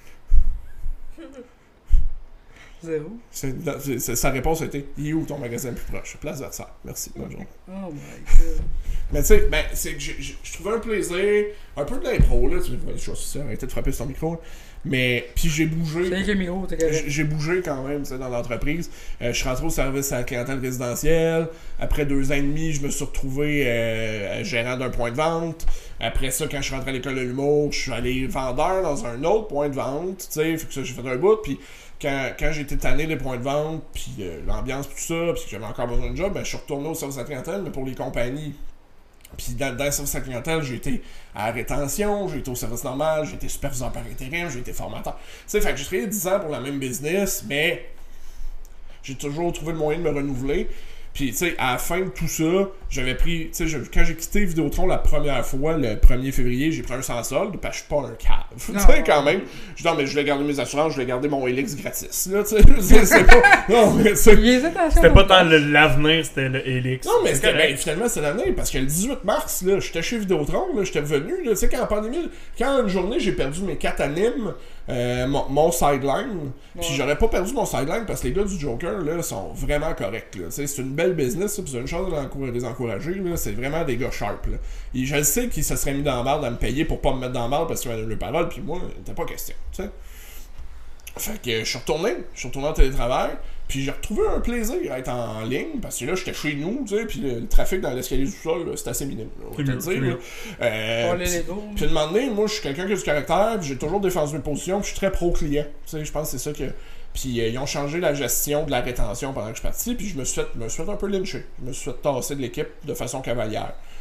B: 0.
C: Sa réponse a été, il est où ton magasin le plus proche? Place Versailles. Merci, bonne journée.
B: Oh my god.
C: Mais tu sais, c'est que je trouvais un plaisir, un peu de l'impro, là. Tu vois, je suis arrêté de frapper sur ton micro. Mais, puis j'ai bougé.
B: C'est avec le micro, t'es correct.
C: J'ai bougé quand même, tu sais, dans l'entreprise. Je suis rentré au service à la clientèle résidentielle. Après 2 ans et demi, je me suis retrouvé gérant d'un point de vente. Après ça, quand je suis rentré à l'école de l'humour, je suis allé vendeur dans un autre point de vente, tu sais. Fait que ça, j'ai fait un bout, puis quand j'ai été tanné des points de vente, puis l'ambiance, puis tout ça, puis que j'avais encore besoin de job, ben, je suis retourné au service à la clientèle, mais pour les compagnies. Puis dans le service à la clientèle, j'ai été à la rétention, j'ai été au service normal, j'ai été superviseur par intérim, j'ai été formateur. Tu sais, fait que j'ai travaillé 10 ans pour la même business, mais j'ai toujours trouvé le moyen de me renouveler. Puis, tu sais, à la fin de tout ça, j'avais pris... Tu sais, quand j'ai quitté Vidéotron la première fois, le 1er février, j'ai pris un sans solde, parce que je suis pas un cave. Tu sais, quand même. Je dis, non, mais je voulais garder mes assurances, je voulais garder mon Helix gratis, là, tu sais. C'est pas... Non, mais
A: c'était pas tant l'avenir, c'était le Helix.
C: Non, mais finalement, c'est l'année, parce que le 18 mars, là, j'étais chez Vidéotron, là, j'étais revenu, là, tu sais, quand en pandémie, quand une journée, j'ai perdu mes 4 animes, mon sideline, puis j'aurais pas perdu mon sideline parce que les gars du Joker là sont vraiment corrects là. C'est une belle business, puis c'est une chose de les encourager là. C'est vraiment des gars sharp là. Et je le sais qu'ils se seraient mis dans la merde à me payer pour pas me mettre dans la merde parce qu'ils m'avaient donné le parole, puis moi, c'était pas question, tu sais. Fait que je suis retourné en télétravail, puis j'ai retrouvé un plaisir à être en ligne, parce que là, j'étais chez nous, tu sais, puis le trafic dans l'escalier du sol, c'était assez minime, là, on va te le dire. Puis un moment donné, moi, je suis quelqu'un qui a du caractère, puis j'ai toujours défendu mes positions, puis je suis très pro-client, tu sais, je pense que c'est ça que... Puis ils ont changé la gestion de la rétention pendant que je suis parti, puis je me suis fait un peu lyncher. Je me suis fait tasser de l'équipe de façon cavalière.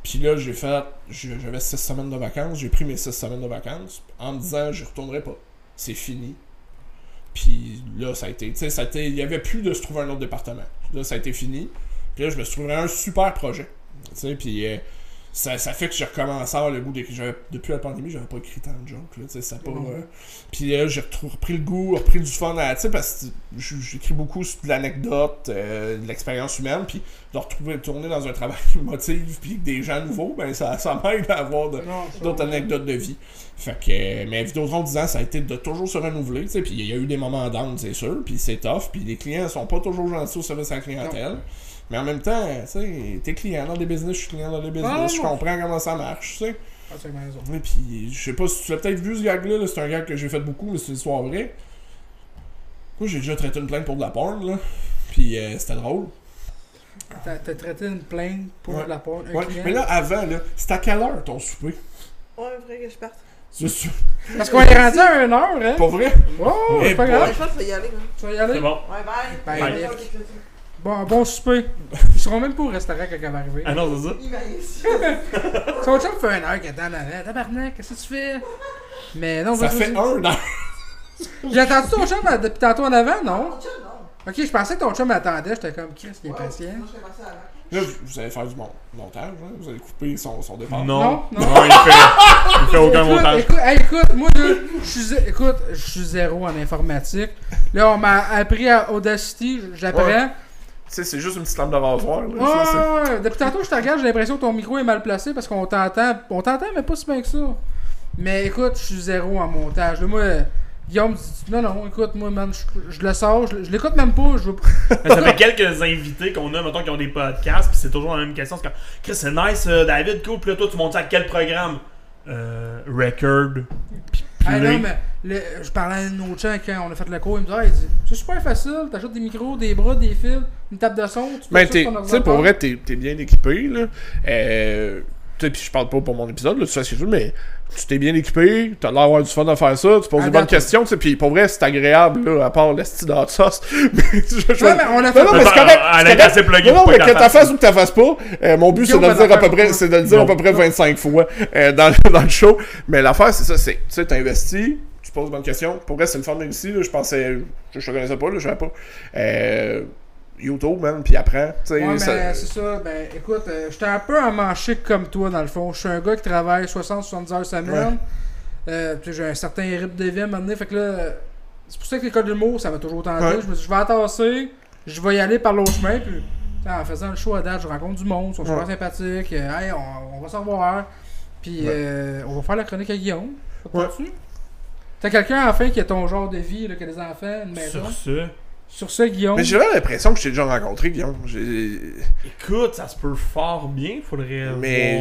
C: Puis là, j'avais 6 semaines de vacances, j'ai pris mes 6 semaines de vacances en me disant, je retournerai pas. C'est fini. Puis là, ça a été, il y avait plus de se trouver un autre département. Là, ça a été fini. Puis là, je me suis trouvé un super projet. Puis ça fait que j'ai recommencé à avoir le goût d'écrire. Depuis la pandémie, j'avais pas écrit tant de jokes. Là, ça pas, puis là, j'ai repris le goût, repris du fun à. Parce que j'écris beaucoup sur de l'anecdote, de l'expérience humaine. Puis de retrouver tourner dans un travail qui me motive, puis des gens nouveaux, ben ça m'aide à avoir d'autres anecdotes de vie. Fait que, mais Vidéotron 10 ans, ça a été de toujours se renouveler, tu sais, puis il y a eu des moments down, c'est sûr, puis c'est tough, puis les clients sont pas toujours gentils au service à la clientèle. Non. Mais en même temps, tu sais, t'es client dans des business, je suis client dans des business, je comprends comment ça marche, tu sais. Et puis, je sais pas si tu l'as peut-être vu ce gag-là, c'est un gag que j'ai fait beaucoup, mais c'est une histoire vraie. Moi, j'ai déjà traité une plainte pour de la porn, là, puis c'était drôle.
B: T'as traité une plainte pour de la porn, un client?
C: Mais là, avant, là, c'était à quelle heure ton souper?
D: Ouais, vrai que je parte.
B: Parce qu'on est rendu à 1 heure, hein?
C: Pas vrai?
B: Oh, c'est pas grave.
D: Je pense que je vais y aller, hein.
B: Tu vas y aller?
A: C'est bon.
D: Ouais, bye.
B: Bon souper. Ils seront même pas au restaurant quand elle va arriver.
A: Ah non, c'est ça?
B: Son chum fait 1 heure qu'il attend en avant. Tabarnak, qu'est-ce que tu fais? Mais non,
C: ça fait 1 heure.
B: J'ai entendu ton chum depuis tantôt en avant, non?
D: Mon chum, non.
B: Ok, je pensais que ton chum attendait. J'étais comme, qu'est-ce qu'il est patient?
D: Moi, je l'ai passé avant.
C: Là, vous allez faire du montage, hein? Vous allez couper son départ.
A: Non, il fait aucun montage.
B: Écoute, moi, là, je suis zéro en informatique. Là, on m'a appris à Audacity, j'apprends.
C: Ouais. Tu sais, c'est juste une petite lampe de rasoir.
B: Ouais. Depuis tantôt, je te regarde, j'ai l'impression que ton micro est mal placé parce qu'on t'entend. On t'entend, mais pas si bien que ça. Mais écoute, je suis zéro en montage. Là, moi, Guillaume me dit non, écoute, moi, man, je le sors, je l'écoute même pas. Je veux pas.
A: Ça fait quelques invités qu'on a, mettons, qui ont des podcasts, puis c'est toujours la même question. C'est comme, Chris, c'est nice, David, cool, puis là, toi, tu montes ça à quel programme? Record.
B: Ah non, mais je parlais à un autre chien quand on a fait le cours, il me dit c'est super facile, t'achètes des micros, des bras, des fils, une table de son, tu
C: peux tu sais, pour vrai, t'es bien équipé, là. Tu sais, puis je parle pas pour mon épisode, là, tu sais ce que je veux, mais tu t'es bien équipé, t'as l'air d'avoir du fun à faire ça, tu poses des bonnes questions, tu sais, puis pour vrai, c'est agréable, là, à part le style de hot sauce.
B: Mais on a fait...
C: Non, mais c'est correct.
A: Elle est assez pluguée pour
C: mais que t'as face ou que t'as fasses pas, mon but, c'est de le dire à peu près 25 fois dans le show. Mais l'affaire, c'est ça, c'est, tu sais, t'investis, tu poses des bonnes questions. Pour vrai, c'est le fun ici, là, je pensais, je te connaissais pas, là, je savais pas. YouTube, man, puis apprends.
B: Ouais, mais c'est ça. Ben, écoute, j'étais un peu emmanché comme toi, dans le fond. Je suis un gars qui travaille 60-70 heures semaine. J'ai un certain rythme de vie à m'amener. Fait que là, c'est pour ça que l'école d'humour, ça m'a toujours tenté. Je me suis dit, je vais entasser, je vais y aller par l'autre chemin. Puis, en faisant le show à date, je rencontre du monde, ils sont super sympathiques. Hey, on va se revoir. Puis, on va faire la chronique à Guillaume. T'as quelqu'un, enfin, qui a ton genre de vie, là, qui a des enfants, une maison. Sur ça, Guillaume.
C: Mais j'ai vraiment l'impression que je t'ai déjà rencontré, Guillaume.
A: Écoute, ça se peut fort bien, faudrait.
C: Mais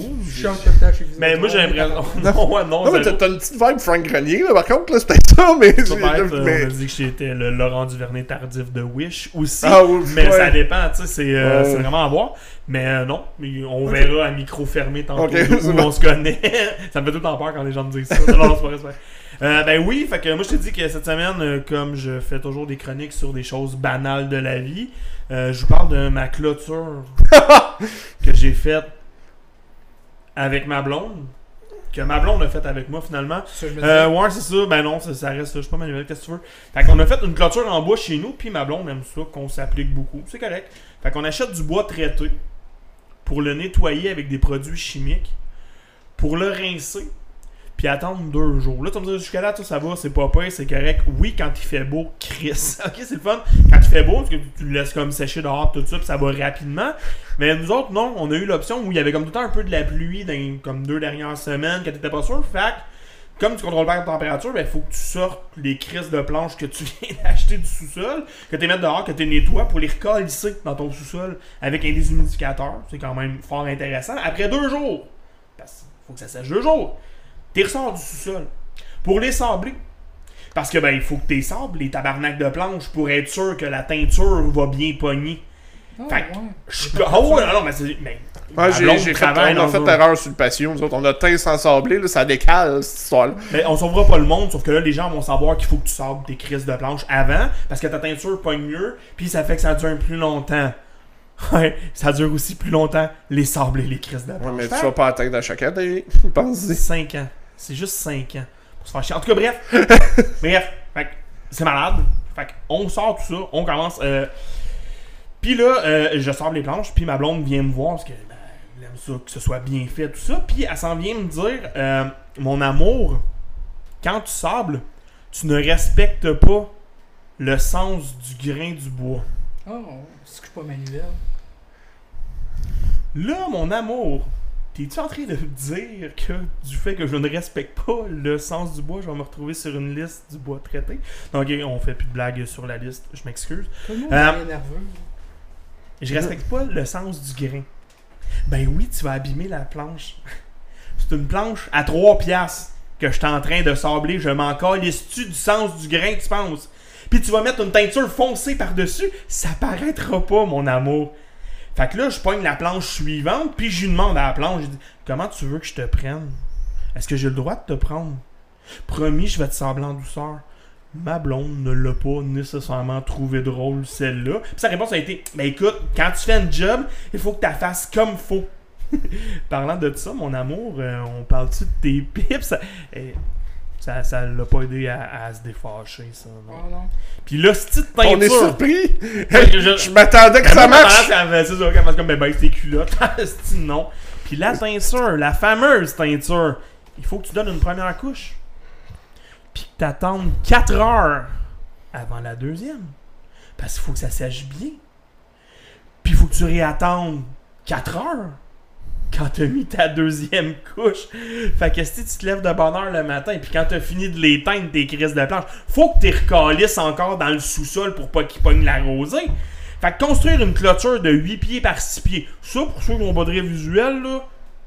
A: mais moi j'ai l'impression. Non,
C: mais t'as une petite vibe Frank Grenier, là, par contre, là, c'est peut-être ça, mais.
A: On m'a dit que j'étais le Laurent Duvernay tardif de Wish aussi. Mais ça dépend, tu sais, c'est vraiment à voir. Mais non, on verra à micro fermé tantôt où on se connaît. Ça me fait tout le temps peur quand les gens me disent ça. Non, c'est pas vrai. Ben oui, fait que moi je t'ai dit que cette semaine, comme je fais toujours des chroniques sur des choses banales de la vie, je vous parle de ma clôture que j'ai faite avec ma blonde. Que ma blonde a faite avec moi finalement.
B: C'est ça,
A: ouais, c'est ça. Ben non, ça reste ça. Je suis pas manuel, qu'est-ce que tu veux. Fait qu'on a fait une clôture en bois chez nous, puis ma blonde aime ça, qu'on s'applique beaucoup. C'est correct. Fait qu'on achète du bois traité pour le nettoyer avec des produits chimiques, pour le rincer, puis attendre 2 jours. Là, tu me dis, jusqu'à là, tout ça va, c'est pas pire, c'est correct. Oui, quand il fait beau, Chris. Ok, c'est le fun. Quand il fait beau, parce que tu le laisses comme sécher dehors, tout ça, puis ça va rapidement. Mais nous autres, non, on a eu l'option où il y avait comme tout le temps un peu de la pluie dans comme 2 dernières semaines, quand t'étais pas sûr. Fait que, comme tu contrôles pas la température, ben, faut que tu sortes les crises de planches que tu viens d'acheter du sous-sol, que tu mettes dehors, que tu nettoies pour les recolisser dans ton sous-sol avec un déshumidificateur. C'est quand même fort intéressant. Après 2 jours, parce qu'il faut que ça sèche 2 jours. T'es ressors du sous-sol pour les sabler. Parce que ben il faut que t'es sables les tabarnaks de planches pour être sûr que la teinture va bien pogner. Fait que non, mais c'est.
C: On a fait erreur sur le patio. Nous autres, on a teint sans sabler, là, ça décale cette histoire-là.
A: Mais on sauvera pas le monde, sauf que là, les gens vont savoir qu'il faut que tu sables tes crises de planches avant, parce que ta teinture pogne mieux, puis ça fait que ça dure plus longtemps. Ouais, ça dure aussi plus longtemps, les sables et les crises de la
C: Ouais,
A: planche.
C: mais tu vas pas atteindre à chaque année. Pense-y.
A: 5 ans. C'est juste 5 ans. Pour se faire chier. En tout cas, bref. Fait que c'est malade. Fait qu'on sort tout ça, on commence. Puis là, je sors les planches, puis ma blonde vient me voir parce que elle aime ça, que ce soit bien fait, tout ça. Puis elle s'en vient me dire mon amour, quand tu sables, tu ne respectes pas le sens du grain du bois.
B: Oh, c'est que je suis pas manuel.
A: Là, mon amour, t'es-tu en train de me dire que du fait que je ne respecte pas le sens du bois, je vais me retrouver sur une liste du bois traité? Donc, on fait plus de blagues sur la liste, je m'excuse.
B: Tout le monde est nerveux.
A: Je respecte pas le sens du grain. Ben oui, tu vas abîmer la planche. C'est une planche à 3 piastres que je suis en train de sabler. Je m'en calisse-tu du sens du grain, tu penses? Puis tu vas mettre une teinture foncée par-dessus, ça paraîtra pas, mon amour. Fait que là, je pogne la planche suivante, puis je lui demande à la planche, je dis, comment tu veux que je te prenne? Est-ce que j'ai le droit de te prendre? Promis, je vais te sabler en douceur. Ma blonde ne l'a pas nécessairement trouvé drôle, celle-là. Puis sa réponse a été, ben écoute, quand tu fais un job, il faut que tu la fasses comme faut. Parlant de ça, mon amour, on parle-tu de tes pips? Ça l'a pas aidé à se défâcher, ça. Non?
B: Oh non.
A: Puis là, c'est petite teinture.
C: On est surpris!
A: que
C: Je m'attendais que
A: Ben,
C: ça
A: moi,
C: marche!
A: C'est ça, qu'elle fasse comme, ben, baisse tes culottes. C'est non. Puis la teinture, la fameuse teinture, il faut que tu donnes une première couche. Puis que t'attendes 4 heures avant la deuxième. Parce qu'il faut que ça sèche bien. Puis il faut que tu réattendes 4 heures quand t'as mis ta deuxième couche. Fait que si tu te lèves de bonne heure le matin, puis quand t'as fini de les teindre tes crises de planche, faut que t'es recalisses encore dans le sous-sol pour pas qu'ils pognent la rosée. Fait que construire une clôture de 8 pieds par 6 pieds, ça, pour ceux qui ont pas de visuel, là,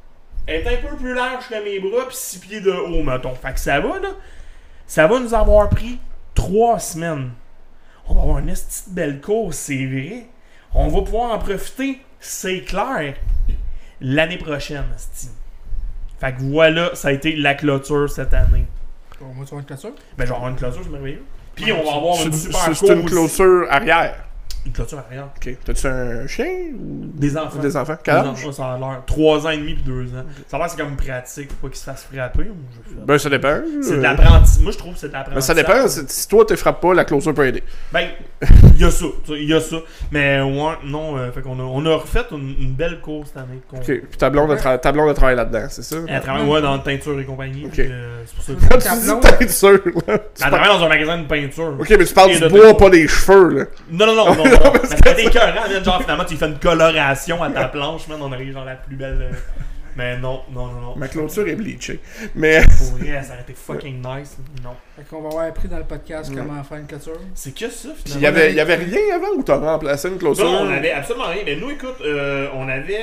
A: est un peu plus large que mes bras, puis 6 pieds de haut, mettons. Fait que ça va, là. Ça va nous avoir pris 3 semaines. On va avoir une petite belle course, c'est vrai. On va pouvoir en profiter, c'est clair. L'année prochaine, esti. Fait que voilà, ça a été la clôture cette année.
B: Bon, moi, tu vas une clôture?
A: Ben, je vais avoir une clôture, c'est merveilleux. Puis on va avoir une super course.
C: C'est une clôture arrière.
A: Une clôture arrière.
C: Ok. T'as-tu un chien ou
A: Des enfants.
C: des enfants? Quel
A: Des
C: âge?
A: enfants, ça a l'air. 3 ans et demi puis 2 ans. Ça a l'air, c'est comme pratique pour pas qu'ils se fassent frapper.
C: Ben, ça dépend.
A: C'est de l'apprentissage. Moi, je trouve que c'est de
C: Ben,
A: l'apprentissage.
C: ça dépend. Si toi, te frappes pas, la clôture peut aider.
A: Ben, il y a ça. Il y a ça. Mais, ouais, non. Fait qu'on on a refait une belle course cette année.
C: Ok. Puis ta blonde a travaillé là-dedans, c'est ça?
A: Elle travaille, ouais, dans la teinture et compagnie.
C: Ok.
A: Puis, c'est pour ça que...
C: Quand tu dis teinture, là.
A: Elle travaille dans un magasin de peinture.
C: Ok, mais tu parles
A: Et
C: du
A: de
C: bois,
A: teinture.
C: pas des cheveux, là.
A: Non. Mais c'était écœurant, man. Genre, finalement, tu lui fais une coloration à ta planche, man. On arrive genre la plus belle. Mais non.
C: Ma clôture est bleachée. Mais.
A: Pour vrai, ça aurait été fucking nice. Non.
B: Fait qu'on va avoir appris dans le podcast comment faire une clôture.
A: C'est que ça,
C: Il
A: finalement.
C: y avait rien avant ou t'as remplacé une clôture?
A: Non, on avait absolument rien. Mais nous, écoute, on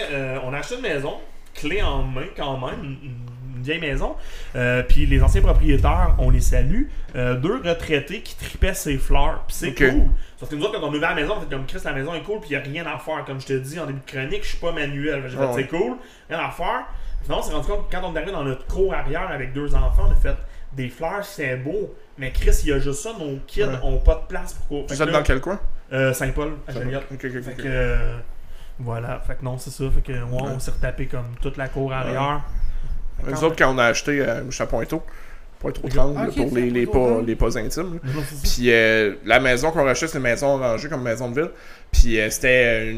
A: a acheté une maison, clé en main quand même, une vieille maison. Puis les anciens propriétaires, on les salue. 2 retraités qui tripaient ses fleurs. Puis c'est
C: Ok.
A: cool. Sauf que nous autres, quand on est ouvert la maison, on fait comme Chris, la maison est cool, puis il n'y a rien à faire. Comme je te dis en début de chronique, je suis pas manuel. J'ai fait,
C: Ah ouais.
A: c'est cool, rien à faire. Finalement, on s'est rendu compte que quand on est arrivé dans notre cour arrière avec 2 enfants, on a fait des fleurs, c'est beau. Mais Chris, il y a juste ça, nos kids
C: Ouais.
A: ont pas de place pour
C: Vous êtes dans quel coin?
A: Saint-Paul, à Joliette.
C: Ok.
A: Fait que voilà, fait que non, c'est ça. Fait que on s'est retapé comme toute la cour arrière. Fait que
C: Nous
A: en
C: autres, quand on a acheté, je suis à Pointeau. Pointeau 30, là,
B: Ok,
C: pour
B: c'est
C: les pas intimes. Là.
A: Non, c'est ça.
C: Puis la maison qu'on rachetait, c'est une maison rangée comme maison de ville. Puis c'était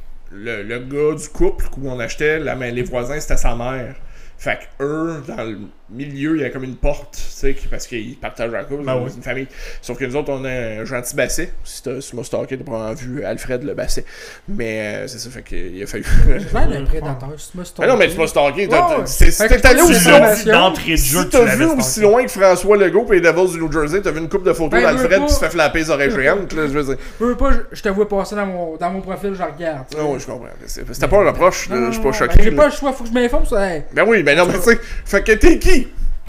C: le gars du couple où on achetait, les voisins, c'était sa mère. Fait que eux, dans le milieu, il y a comme une porte, tu sais, parce qu'ils partagent la cour,
A: Ben
C: c'est
A: oui.
C: une famille. Sauf que nous autres, on a un gentil basset. Si tu m'as stalké, t'as probablement vu Alfred le basset. Mais c'est ça, fait qu'il a fallu.
B: Je vais un prédateur. Si tu m'as
C: Mais non, mais tu m'as stalké.
B: Ouais, ouais.
C: C'était
B: Fait que
C: allé
B: tu
C: aussi
B: l'as
C: loin.
B: dit
A: d'entrée de jeu,
C: Si
A: tu
C: t'as
A: l'avais
C: vu
A: stalké.
C: aussi loin que François Legault et les Devils du New Jersey, t'as vu une couple de photos
B: Ben,
C: d'Alfred
B: veux
C: qui se
B: pas.
C: fait flapper les oreilles géantes, là, je veux dire.
B: Je veux pas, je te vois passer dans mon profil, je regarde. tu sais.
C: Non, oui, je comprends. C'était pas un reproche, là,
B: Non,
C: je suis
B: non,
C: pas
B: non,
C: choqué.
B: ben, j'ai
C: là.
B: pas le choix, faut que je m'informe sur. Hey,
C: Ben oui, ben non, mais tu sais, fait que t'es qui?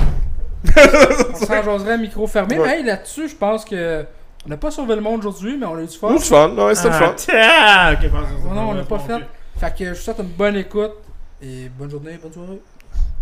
B: on s'en jaserait micro fermé.
C: Ouais.
B: Mais hey, là-dessus, je pense que. On n'a pas sauvé le monde aujourd'hui, mais on a eu du fun.
C: Ou du fun, ouais, c'était le fun.
A: Ok,
B: Non, on l'a pas fait. Fait que je vous souhaite une bonne écoute et bonne journée, bonne soirée.